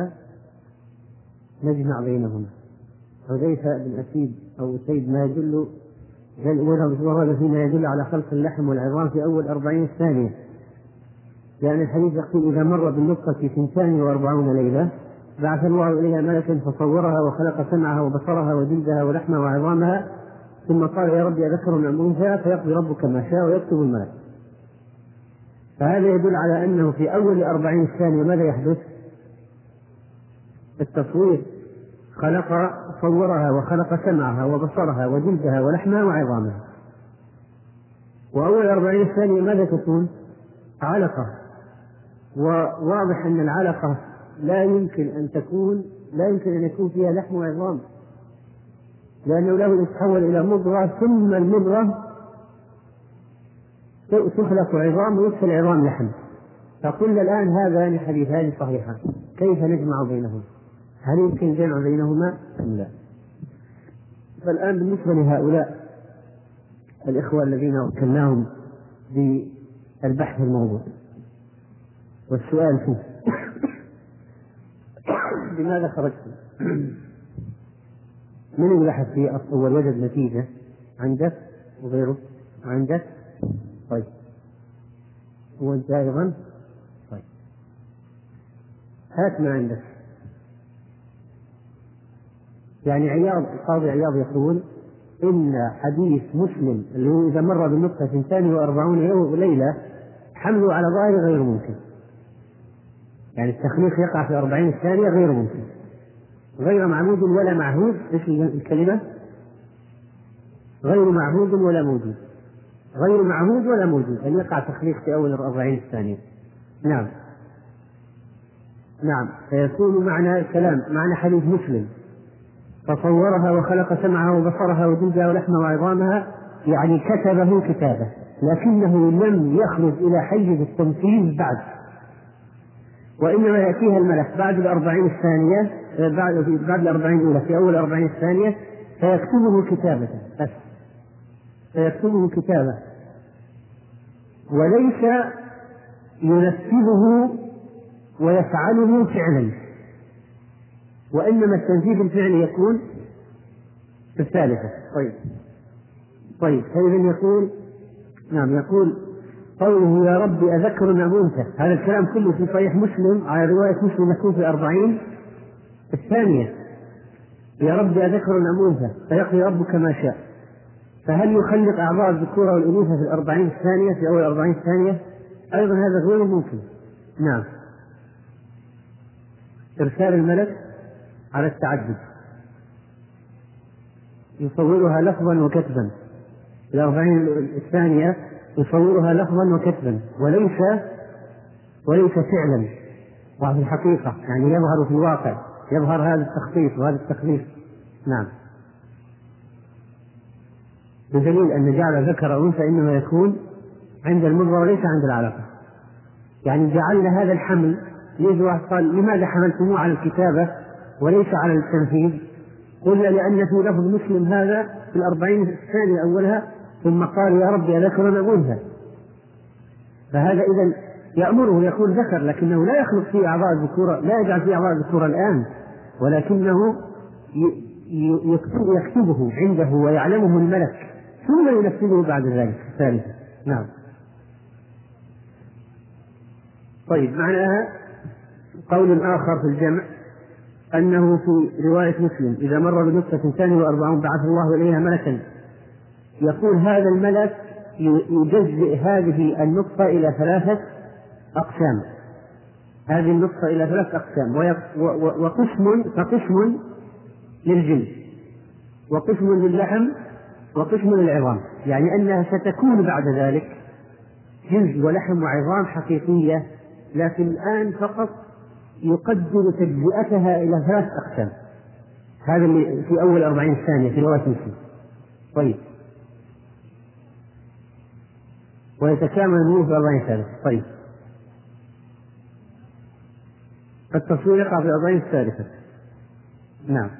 نجمع بينهما؟ حذيفة بن أسيد أو أسيد ما يدل ورد فيما يدل على خلق اللحم والعظام في أول أربعين الثانية، لأن الحديث يقول إذا مر بالنطفة ثنتان وأربعون ليلة بعث الله إليها ملكا فصورها وخلق سمعها وبصرها وجلدها ولحمها وعظامها ثم قال يا ربي أذكر من أنثى فيقضي ربك ما شاء ويكتب الملك. فهذا يدل على أنه في أول أربعين الثانية ماذا يحدث؟ التصوير. خلق صورها وخلق سمعها وبصرها وجلدها ولحمها وعظامها. وأول أربعين الثانية ماذا تكون؟ علقة. وواضح أن العلقة لا يمكن أن تكون لا يمكن أن يكون فيها لحم وعظام، لأنه له يتحول إلى مضغة ثم المضغة تخلق عظام ويدخل عظام لحم. فقلنا الآن هذان حديثان صحيحان، كيف نجمع بينهما؟ هل يمكن الجمع بينهما أم لا؟ فالآن بالنسبة لهؤلاء الإخوة الذين وكلناهم بالبحث في الموضوع والسؤال فيه لماذا خرجتم؟ من اللي بحث فيه أول وجد نتيجة؟ عندك وغيره؟ عندك؟ طيب، وأنت أيضا؟ طيب، هات ما عندك. يعني عياض القاضي عياض يقول إن حديث مسلم اللي هو إذا مر بالنطفة ثنتان وأربعون يوم ليلة حمله على ظاهر غير ممكن، يعني التخليق يقع في أربعين الثانية غير ممكن، غير معهود ولا معهود. إيش الكلمة؟ غير معهود ولا موجود، غير معهود ولا موجود أن يقع تخليق في أول الأربعين الثانية. نعم نعم فيكون معنى الكلام معنى حديث مسلم فصورها وخلق سمعها وبصرها وجلدها ولحمها وعظامها، يعني كتبه كتابة، لكنه لم يخرج إلى حيز التنفيذ بعد، وإنما يأتيها الملك بعد الأربعين الثانية بعد بعد الأربعين الأولى في أول الأربعين الثانية فيكتبه كتابة بس، فيكتبه كتابة وليس ينفذه ويفعله فعلا، وإنما التنفيذ الفعلي يكون في الثالثة. طيب طيب فإذا يقول نعم يقول قوله يا ربي أذكر أم أنثى، هذا الكلام كله في صحيح مسلم على رواية مسلم يكون في الأربعين الثانية، يا ربي أذكر أم أنثى فيقضي ربك ما شاء. فهل يخلق أعضاء الذكورة والأنوثة في الأربعين الثانية في أول الأربعين الثانية؟ أيضا هذا غير ممكن. نعم، إرسال الملك على التعدد يصورها لفظا وكتبا، الأربعين الثانية يصورها لفظا وكتبا وليس وليس فعلا وفي الحقيقة، يعني يظهر في الواقع، يظهر هذا التخطيط وهذا التخليص. نعم، بدليل أن جعل ذكر أو أنثى إنما يكون عند المضغة وليس عند العلاقة. يعني جعلنا هذا الحمل، يجي واحد قال لماذا حملتموه على الكتابة وليس على التنفيذ؟ قلنا لأن في لفظ مسلم هذا في الأربعين الثانية أولها ثم قال يا رب أذكر أم أنثى، فهذا إذن يأمره يقول ذكر، لكنه لا يخلق فيه أعضاء الذكورة، لا يجعل فيه أعضاء الذكورة الآن، ولكنه يكتبه عنده ويعلمه الملك ثم ينفذه بعد ذلك الثالثة. نعم. طيب، معناها قول آخر في الجمع أنه في رواية مسلم إذا مر بنطفة ثانية وأربعون بعث الله إليها ملكا، يقول هذا الملك يجزئ هذه النطفة إلى ثلاثة أقسام، هذه النطفة إلى ثلاثة أقسام، وقسم فقسم للجلد وقسم للحم وقسم للعظام، يعني أنها ستكون بعد ذلك جلد ولحم وعظام حقيقية، لكن الآن فقط يقدر تجزئتها إلى ثلاث أقسام. هذا اللي في أول أربعين ثانية في رواية مسلم. طيب، ويتكامل النور في أربعين ثانية. طيب، التصوير يقع في الأربعين الثالثة. نعم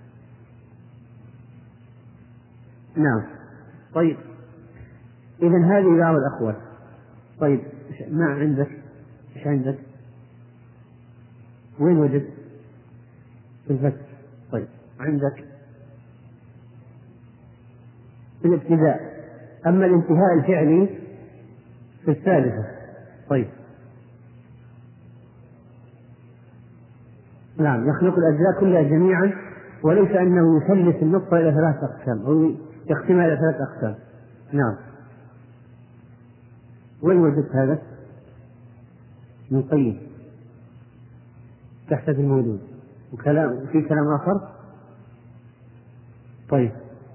نعم. طيب، إذن هذه بعض الأقوال. طيب، ما عندك؟ إيش عندك؟ وين وجد؟ في الفتح. طيب، عندك في الابتداء، أما الانتهاء الفعلي في الثالثة. طيب، نعم، يخلق الأجزاء كلها جميعا، وليس أنه يثلث النطفة إلى ثلاث أقسام أو يقسمها إلى ثلاث أقسام. نعم. وين وجدت هذا؟ من قيم تحت الموجود، وكلام في كلام آخر. طيب،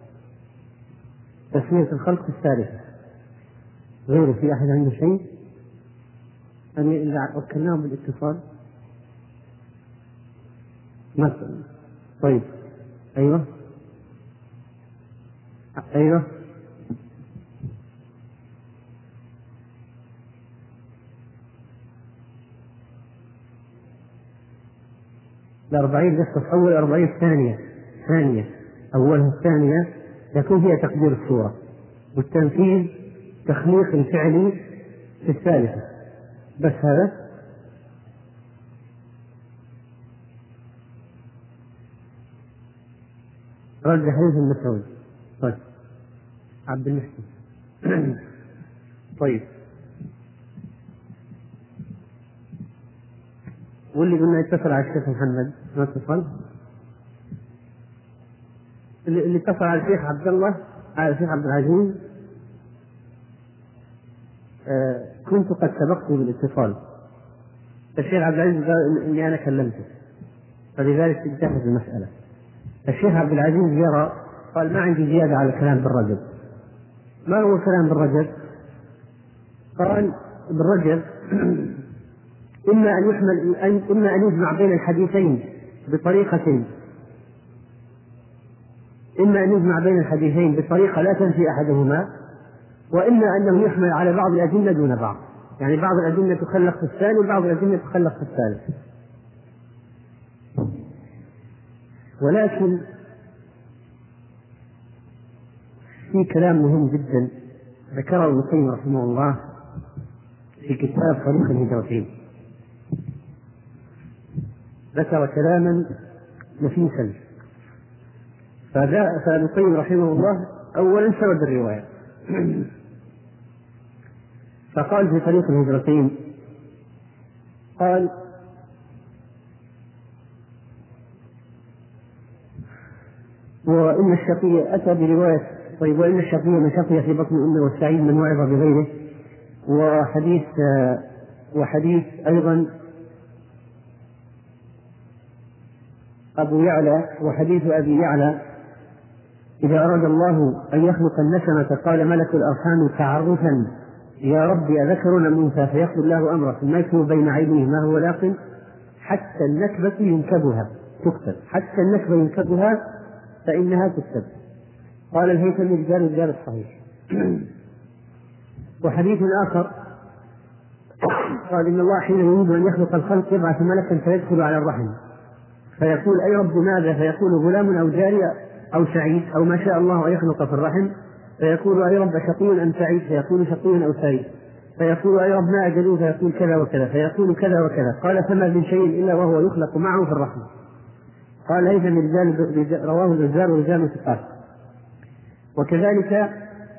تسمية الخلق في الثالثة غيره، في أحد عنده شيء؟ أنا إذا وكلناهم بالاتصال مثلا. طيب، أيوه أيوه الأربعين قصة أول أربعين ثانية ثانية أولها الثانية يكون فيها تقدير الصورة، والتنفيذ تخليق الفعلي في الثالثة. بس هذا رد حديث المسعود. طيب، عبد المحسن. طيب، واللي قلنا يتصل على الشيخ محمد ما اتصل، اللي اتصل على الشيخ عبد الله على الشيخ عبد العزيز آه كنت قد سبقته بالاتصال، الشيخ عبد العزيز قال اني انا كلمته، فلذلك انتهت المسألة. الشيخ عبد العزيز يرى، قال ما عندي زيادة على الكلام بالرجل. ما هو الكلام بالرجل؟ قال بالرجل إما أن يحمل إما أن يجمع بين الحديثين بطريقة إما أن يجمع بين الحديثين بطريقة لا تنفي أحدهما، وإما أنه يحمل على بعض الأدلة دون بعض، يعني بعض الأدلة تخلق في الثاني وبعض الأدلة تخلق في الثالث. ولكن في كلام مهم جدا ذكره ابن القيم رحمه الله في كتاب طريق الهجرتين، ذكر كلاما نفيسا. فجاء فابن القيم رحمه الله أولا سرد الرواية، فقال في طريق الهجرتين، قال وإن الشقي أتى برواية. طيب، وإن الشقي من شقي في بطن أمه والسعيد من وعظ بغيره، وحديث وحديث أيضا أبو يعلى وحديث أبي يعلى إذا أراد الله أن يخلق النسمة قال ملك الأرحام تعرفا يا ربي أذكر أم أنثى، فيقضي الله أمره ثم يكتب بين عينيه ما هو لاق حتى النكبة ينكبها تكتب، حتى النكبة ينكبها فإنها تكتب. قال الهيثمي رجال رجال الصحيح. وحديث آخر قال إن الله حين يريد أن يخلق الخلق يبعث ملكا فيدخل على الرحم فيقول أي رب ماذا؟ فيقول غلام أو جارية أو سعيد أو ما شاء الله أن يخلق في الرحم، فيقول أي رب شقي أم سعيد؟ فيقول شقي أو سعيد. فيقول أي رب ما أجلوه؟ فيقول كذا وكذا، فيقول كذا وكذا. قال فما من شيء إلا وهو يخلق معه في الرحم. قال ليس من رجال رواه الرجال ورجال ثقات. وكذلك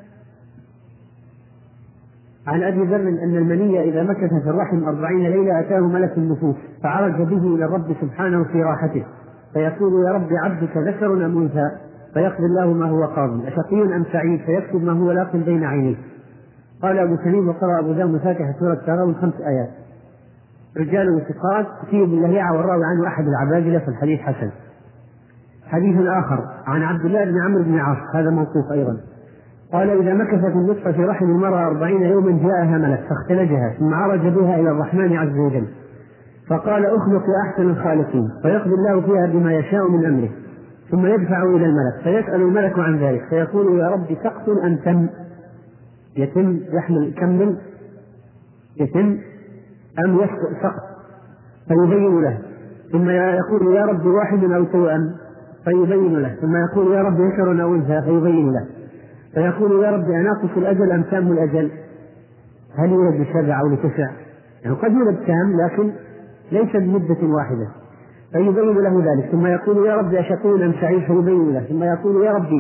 عن أبي ذر أن المني إذا مكث في الرحم أربعين ليلة أتاه ملك النفوس فعرج به إلى الرب سبحانه في راحته فيقول يا رب عبدك ذكر أم أنثى؟ فيقضي الله ما هو قاض أشقي أم سعيد؟ فيكتب ما هو لاق بين عينيه. قال أبو سليم وقرأ أبو ذر فاتحة سورة تغابن خمس آيات. رجال وثقات فيه باللهيعة والراوي عنه أحد العبادلة في الحديث حسن. حديث آخر عن عبد الله بن عمرو بن عاص هذا موقوف أيضا قال إذا مكثت النطفة في رحم المرأة أربعين يوما جاءها ملك فاختلجها ثم عرج بها إلى الرحمن عز وجل فقال أخلق أحسن الخالقين فيقضي الله فيها بما يشاء من أمره ثم يدفع إلى الملك فيسأل الملك عن ذلك فيقول يا رب سقط أم تم؟ يتم يحمل كمل يتم أم يسقط سقط؟ فيبين له ثم يقول يا رب واحد أو توأم فيبين له ثم يقول يا رب ذكر أو أنثى فيبين له فيقول يا رب أناقص الأجل أم تام الأجل؟ هل يولد بسبع أو لتسع؟ يعني قد يولد تام لكن ليس بمدة واحدة فيبين له ذلك ثم يقول يا رب أشقي أم سعيد؟ فيبين له ثم يقول يا ربي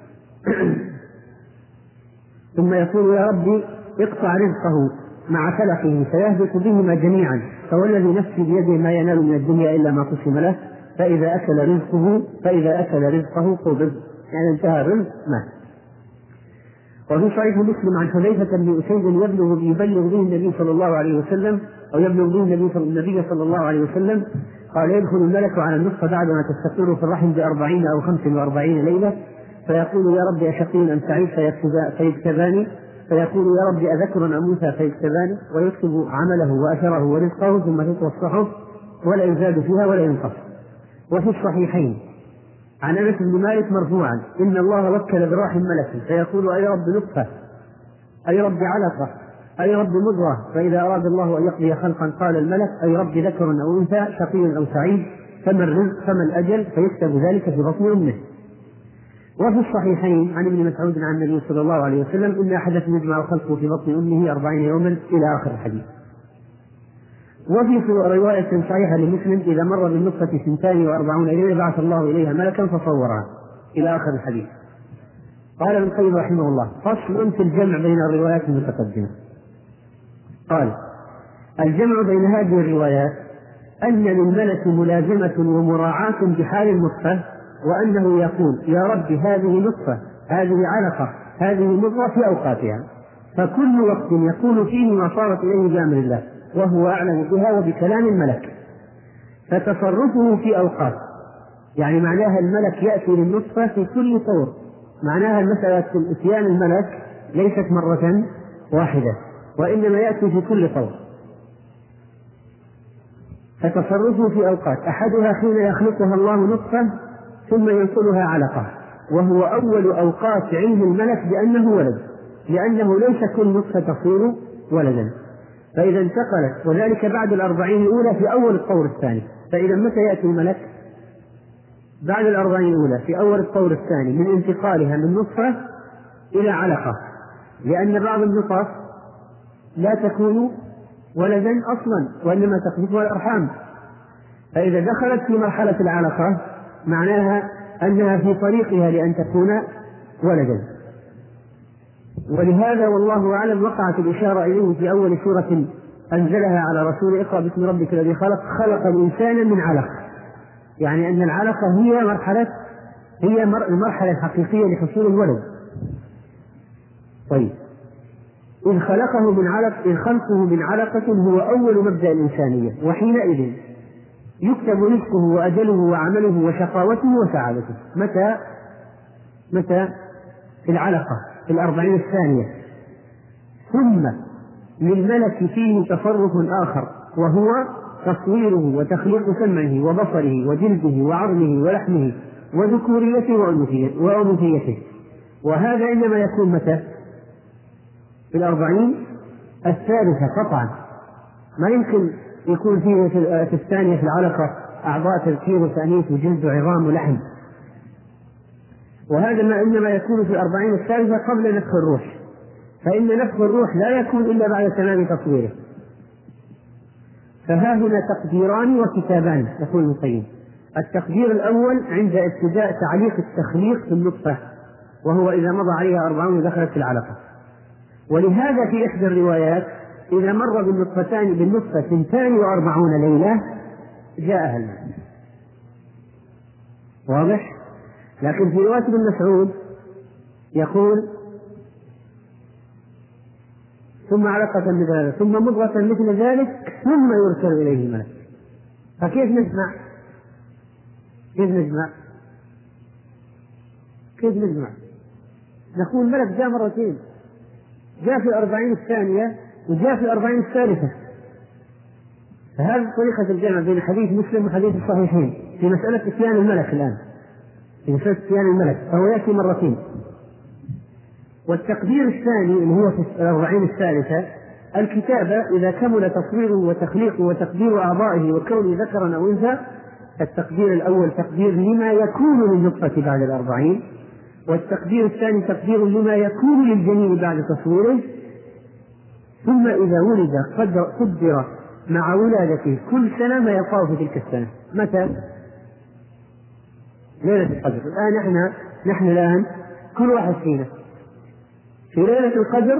ثم يقول يا ربي اقطع رزقه مع فلقه فيهبط بهما جميعا فوالذي نفسي بيده ما ينال من الدنيا إلا ما قسم له فإذا أكل رزقه فإذا أكل رزقه قبض يعني انتهى الرزق مات. وفي صحيح مسلم عن حذيفة بن أسيد يبلغ يبلغ به النبي صلى الله عليه وسلم أو يبلغ به النبي صلى الله عليه وسلم قال يدخل الملك على النطفة بعدما تستقر في الرحم بأربعين أو خمس وأربعين ليلة فيقول يا رب أشقي أم سعيد؟ فيكتبان فيقول يا رب أذكر أم أنثى؟ فيكتبان ويكتب عمله وأثره ورزقه ثم تطوى الصحف ولا يزاد فيها ولا ينقص. وفي الصحيحين عن أنس بن مالك مرفوعا إن الله وكل برحم ملك فيقول أي رب نطفة أي رب علقة أي رب مضغة فإذا أراد الله أن يقضي خلقا قال الملك أي رب ذكر أو أنثى شقي أو سعيد فما الرزق فما الأجل فيكتب ذلك في بطن أمه. وفي الصحيحين عن ابن مسعود عن النبي صلى الله عليه وسلم إن أحدكم يجمع خلقه في بطن أمه أربعين يوما إلى آخر الحديث. وفي رواية صحيحة لمسلم إذا مر بالنطفة سنتان وأربعون ليلة بعث الله إليها ملكا فصورها إلى آخر الحديث. قال ابن القيم رحمه الله فصل في الجمع بين الروايات المتقدمة. قال الجمع بين هذه الروايات أن للملك ملازمة ومراعاة بحال النطفة وأنه يقول يا رب هذه نطفة هذه علقة هذه مضغة في أوقاتها فكل وقت يكون فيه ما صارت إليه بأمر الله وهو أعلم بها وبكلام الملك فتصرفه في أوقات يعني معناها الملك يأتي للنطفة في كل طور معناها المسألة إتيان الملك ليست مرة واحدة وإنما يأتي في كل طور فتصرفه في أوقات أحدها حين يخلقها الله نطفة ثم ينقلها علقة وهو أول أوقات علم الملك بأنه ولد لأنه ليس كل نطفة تصير ولدا فإذا انتقلت وذلك بعد الأربعين الأولى في أول الطور الثاني فإذا متى يأتي الملك؟ بعد الأربعين الأولى في أول الطور الثاني من انتقالها من نطفة إلى علقة لأن بعض النطف لا تكون ولدا أصلا وإنما تخلقها الأرحام فإذا دخلت في مرحلة العلقة معناها أنها في طريقها لأن تكون ولدا ولهذا والله أعلم وقعت الإشارة إليه في أول سورة أنزلها على رسول اقرأ باسم ربك الذي خلق خلق الإنسان من علق يعني أن العلقة هي مرحلة هي المرحلة الحقيقية لحصول الولد. طيب إن خلقه من علق إن خلقه من علقة هو أول مبدأ الإنسانية وحينئذ يكتب رزقه وأجله وعمله وشقاوته وسعادته. متى متى؟ في العلقة في الأربعين الثانية. ثم للملك فيه تصرف آخر، وهو تصويره وتخليق سمعه وبصره وجلده وعظمه ولحمه وذكوريته وأنوثيته، وهذا إنما يكون متى؟ في الأربعين الثالثة قطعا. ما يمكن يكون فيه في الثانية في العلقة أعضاء تذكير وتأنيث وجلد وعظام ولحم، وهذا ما إنما يكون في الأربعين الثالثة قبل نفخ الروح، فإن نفخ الروح لا يكون إلا بعد تمام تصويره. فها هنا تقديران وكتابان يقول ابن القيم. التقدير الأول عند ابتداء تعليق التخليق في النطفة، وهو إذا مضى عليها أربعون دخلت في العلقة، ولهذا في إحدى الروايات إذا مر بالنطفتان بالنطفة اثنتان وأربعون ليلة جاءها الماء. واضح؟ لكن في رواية ابن مسعود يقول ثم علقة مثل هذا ثم مضغة مثل ذلك ثم يرسل إليه الملك. فكيف نجمع؟ كيف نجمع؟ كيف نجمع؟ نقول الملك جاء مرتين، جاء في الأربعين الثانية وجاء في الأربعين الثالثة. فهذه طريقة الجمع بين حديث مسلم وحديث الصحيحين في مسألة إتيان الملك. الآن في مسألة إتيان الملك فهو يأتي مرتين. والتقدير الثاني اللي هو في الأربعين الثالثة الكتابة إذا كمل تصويره وتخليقه وتقدير أعضائه وكونه ذكرا أو أنثى. التقدير الأول تقدير لما يكون للنطفة بعد الأربعين، والتقدير الثاني تقدير لما يكون للجنين بعد تصويره. ثم إذا ولد قدر, قدر مع ولادته كل سنة ما يقع في تلك السنة. متى؟ ليلة القدر. الآن نحن نحن الآن كل واحد فينا في ليلة القدر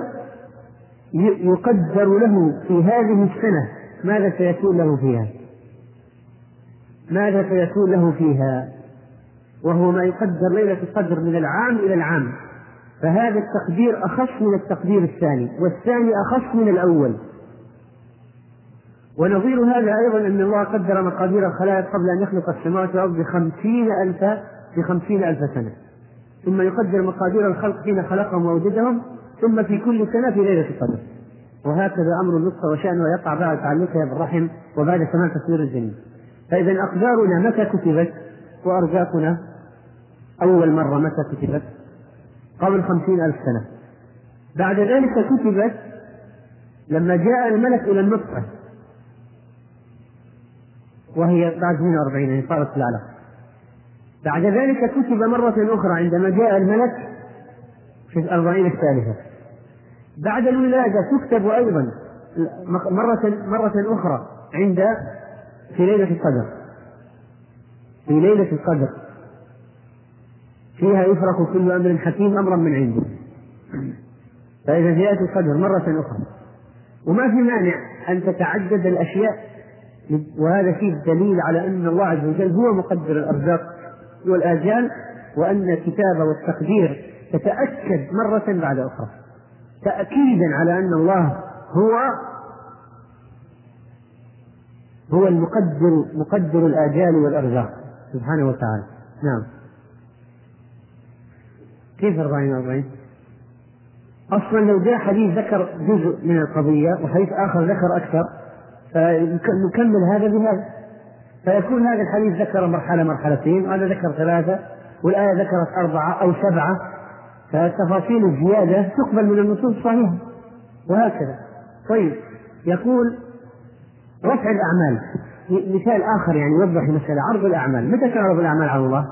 يقدر له في هذه السنة ماذا سيكون له فيها، ماذا سيكون له فيها، وهو ما يقدر ليلة القدر من العام إلى العام. فهذا التقدير أخص من التقدير الثاني، والثاني أخص من الأول. ونظير هذا أيضا أن الله قدر مقادير الخلائق قبل أن يخلق السماوات والأرض بخمسين ألف بخمسين ألف سنة، ثم يقدر مقادير الخلق حين خلقهم وأوجدهم، ثم في كل سنة في ليلة القدر. وهكذا أمر النطفة وشأنه يقع بعد تعلقها بالرحم وبعد تمام تصوير الجنين. فإذا أقدارنا متى كتبت وأرزاقنا أول مرة متى كتبت؟ قبل خمسين ألف سنة. بعد ذلك كتبت لما جاء الملك إلى النطفة وهي بعد اثنين وأربعين يعني صارت في العلقة. بعد ذلك كتب مرة أخرى عندما جاء الملك في الأربعين الثالثة. بعد الولادة تكتب أيضا مرة مرة أخرى عند في ليلة القدر. في ليلة القدر فيها يفرق كل أمر حكيم أمرا من عنده. فإذا جاءت القدر مرة أخرى، وما في مانع أن تتعدد الأشياء، وهذا فيه دليل على أن الله عز وجل هو مقدر الأرزاق والآجال، وأن الكتابة والتقدير تتأكد مرة بعد أخرى، تأكيدا على أن الله هو هو المقدر مقدر الآجال والأرزاق سبحانه وتعالى. نعم. كيف أربعين أربعين؟ أصلا لو جاء حديث ذكر جزء من القضية وحديث آخر ذكر أكثر فنكمل هذا بهذا، فيكون هذا الحديث ذكر مرحلة مرحلتين وهذا ذكر ثلاثة والآية ذكرت أربعة أو سبعة، فالتفاصيل الزيادة تقبل من النصوص الصحيحة وهكذا. طيب، يقول رفع الأعمال مثال آخر يعني يوضح المسألة. عرض الأعمال، متى تعرض الأعمال على الله؟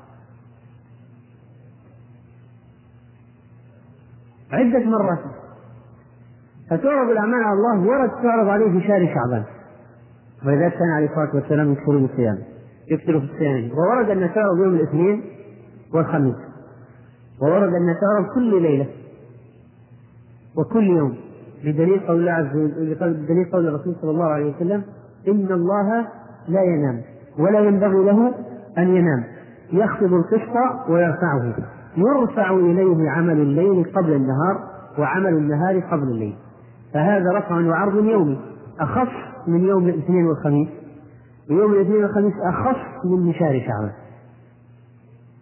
عدة مرات. فتعرض الأعمال على الله ورد تعرض عليه في شهر شعبان، وإذا كان عليه الصلاة والسلام يكثر الصيام يكثر في الصيام، وورد أن تعرض يوم الاثنين والخميس، وورد أن تعرض كل ليلة وكل يوم، بدليل قول الله عز وجل، بدليل قول الرسول صلى الله عليه وسلم: إن الله لا ينام ولا ينبغي له أن ينام، يخفض القسط ويرفعه، يرفع إليه عمل الليل قبل النهار وعمل النهار قبل الليل. فهذا رفع وعرض يومي أخص من يوم الاثنين والخميس، ويوم الاثنين والخميس أخص من شهر شعبان.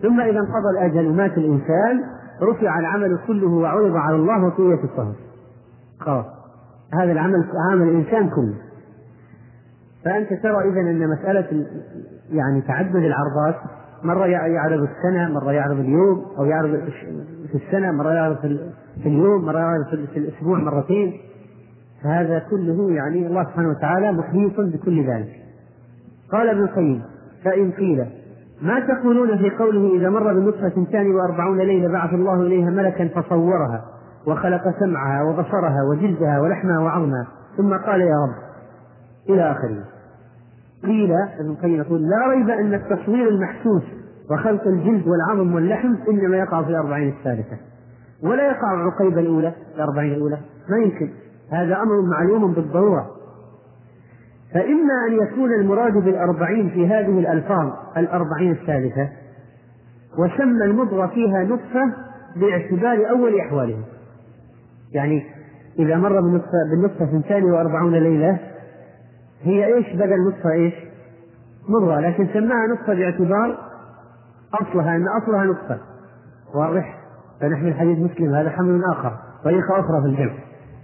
ثم إذا انقضى الأجل ومات الإنسان رفع العمل كله وعرض على الله وطوية الصهر. خلاص هذا العمل عمل الإنسان كله. فأنت ترى إذن أن مسألة يعني تعدد العرضات، مرة يعرض السنة، مرة يعرض اليوم، أو يعرض في السنة، مرة يعرض في اليوم، مرة يعرض في الأسبوع مرتين، هذا كله يعني الله سبحانه وتعالى محيط بكل ذلك. قال ابن القيم: فإن قيل ما تقولون في قوله إذا مر بالنطفة ثنتان وأربعون ليلة بعث الله إليها ملكا فصورها وخلق سمعها وبصرها وجلدها ولحمها وعظمها ثم قال يا رب إلى آخره. قيل ابن القيم يقول: لا ريب أن التصوير المحسوس وخلق الجلد والعظم واللحم إنما يقع في الأربعين الثالثة، ولا يقع عقيب الأولى الأربعين الأولى، ما يمكن، هذا أمر معلوم بالضرورة. فإما أن يكون المراد بالأربعين في هذه الألفاظ الأربعين الثالثة، وسمى المضغة فيها نطفة باعتبار أول أحوالها، يعني إذا مر بالنطفة بالنطفة ثنتان وأربعون ليلة هي إيش بدل نطفة إيش؟ مضغة، لكن سماها نطفة باعتبار أصلها، أن أصلها نطفة. واضح؟ فنحمل حديث مسلم هذا حمل آخر، طريقة أخرى في الجمع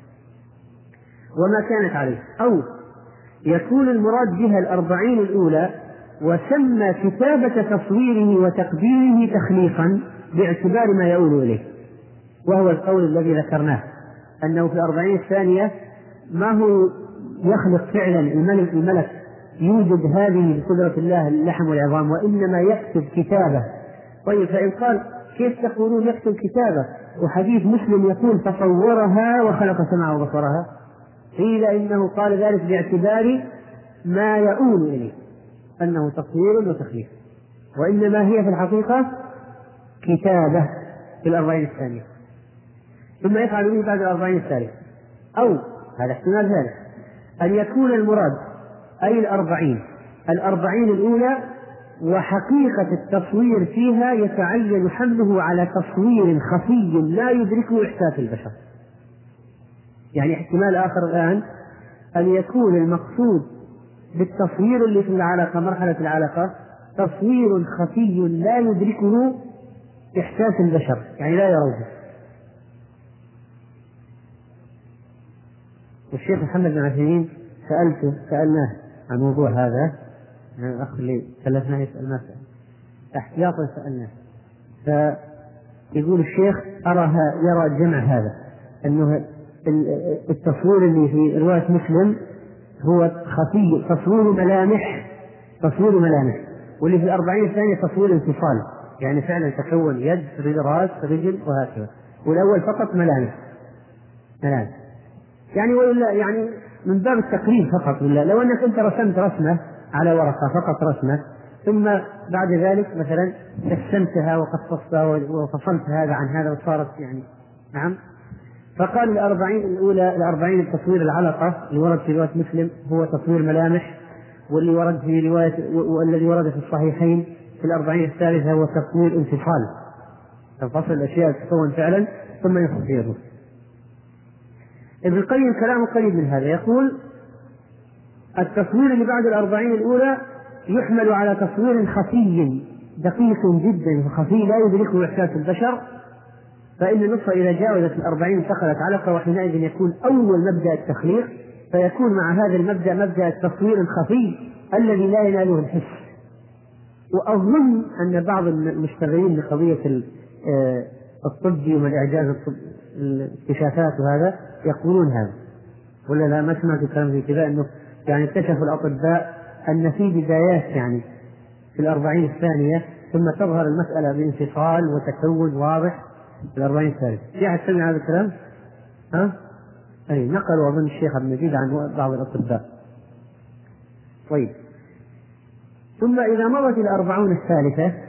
وما كانت عليه. أو يكون المراد بها الأربعين الأولى وسمى كتابة تصويره وتقديره تخليقا باعتبار ما يؤول إليه، وهو القول الذي ذكرناه أنه في الأربعين الثانية ما هو يخلق فعلا الملك, الملك يوجد هذه بقدرة الله اللحم والعظام، وإنما يكتب كتابة. طيب فإن قال كيف تقولون يكتب كتابة وحديث مسلم يقول تصورها وخلق سمعها وبصرها؟ قيل إنه قال ذلك باعتبار ما يؤول إليه أنه تصوير وتخليق، وإنما هي في الحقيقة كتابة في الأربعين الثانية، ثم يفعل به بعد الأربعين الثالثة. أو هذا احتمال ثالث أن يكون المراد أي الأربعين الأربعين الأولى وحقيقة التصوير فيها يتعين حمله على تصوير خفي لا يدركه إحساس البشر. يعني احتمال آخر الآن أن يكون المقصود بالتصوير اللي في العلاقة مرحلة العلاقة تصوير خفي لا يدركه إحساس البشر، يعني لا يروه. والشيخ محمد بن عثيمين سألته سألناه عن موضوع هذا، الأخ اللي ثلاثنا يسأل ما سأل احتياطا سألناه، فيقول الشيخ أراها يرى جمع هذا أنه التصوير اللي في رواية مسلم هو خفي تصوير ملامح تصوير ملامح واللي في الأربعين الثانية تصوير انفصال، يعني فعلا تكون يد رأس رجل وهكذا، والأول فقط ملامح ملامح يعني ولا يعني من باب التقريب فقط. ولا لو أنك أنت رسمت رسمة على ورقة فقط رسمة، ثم بعد ذلك مثلا قسمتها وقصصتها وفصلت هذا عن هذا وصارت يعني نعم. فقال الأربعين الأولى الأربعين التصوير العلقة اللي ورد في رواية مسلم هو تصوير ملامح، واللي ورد في رواية والذي ورد في الصحيحين في الأربعين الثالثة هو تصوير انفصال، تنفصل الأشياء تكون فعلا ثم ينفصل فيها الروح. ابن القيم كلامه قريب من هذا، يقول التصوير اللي بعد الأربعين الأولى يحمل على تصوير خفي دقيق جدا وخفي لا يدركه إحساس البشر، فإن النطفة إذا جاوزت الأربعين انتقلت علقة، وحينئذ يكون أول مبدأ التخليق، فيكون مع هذا المبدأ مبدأ التصوير الخفي الذي لا يناله الحس. وأظن أن بعض المشتغلين بقضية الطب والإعجاز الاكتشافات وهذا يقولون هذا، ولا لا ما سمعت الكلام في كذا، أنه يعني اكتشفوا الأطباء أن في بدايات يعني في الأربعين الثانية ثم تظهر المسألة بانفصال وتكون واضح في الأربعين الثالثة. في أحد سمع هذا الكلام؟ ها؟ أي نقلوا أظن الشيخ ابن مجيد عن بعض الأطباء. طيب ثم إذا مضت الأربعون الثالثة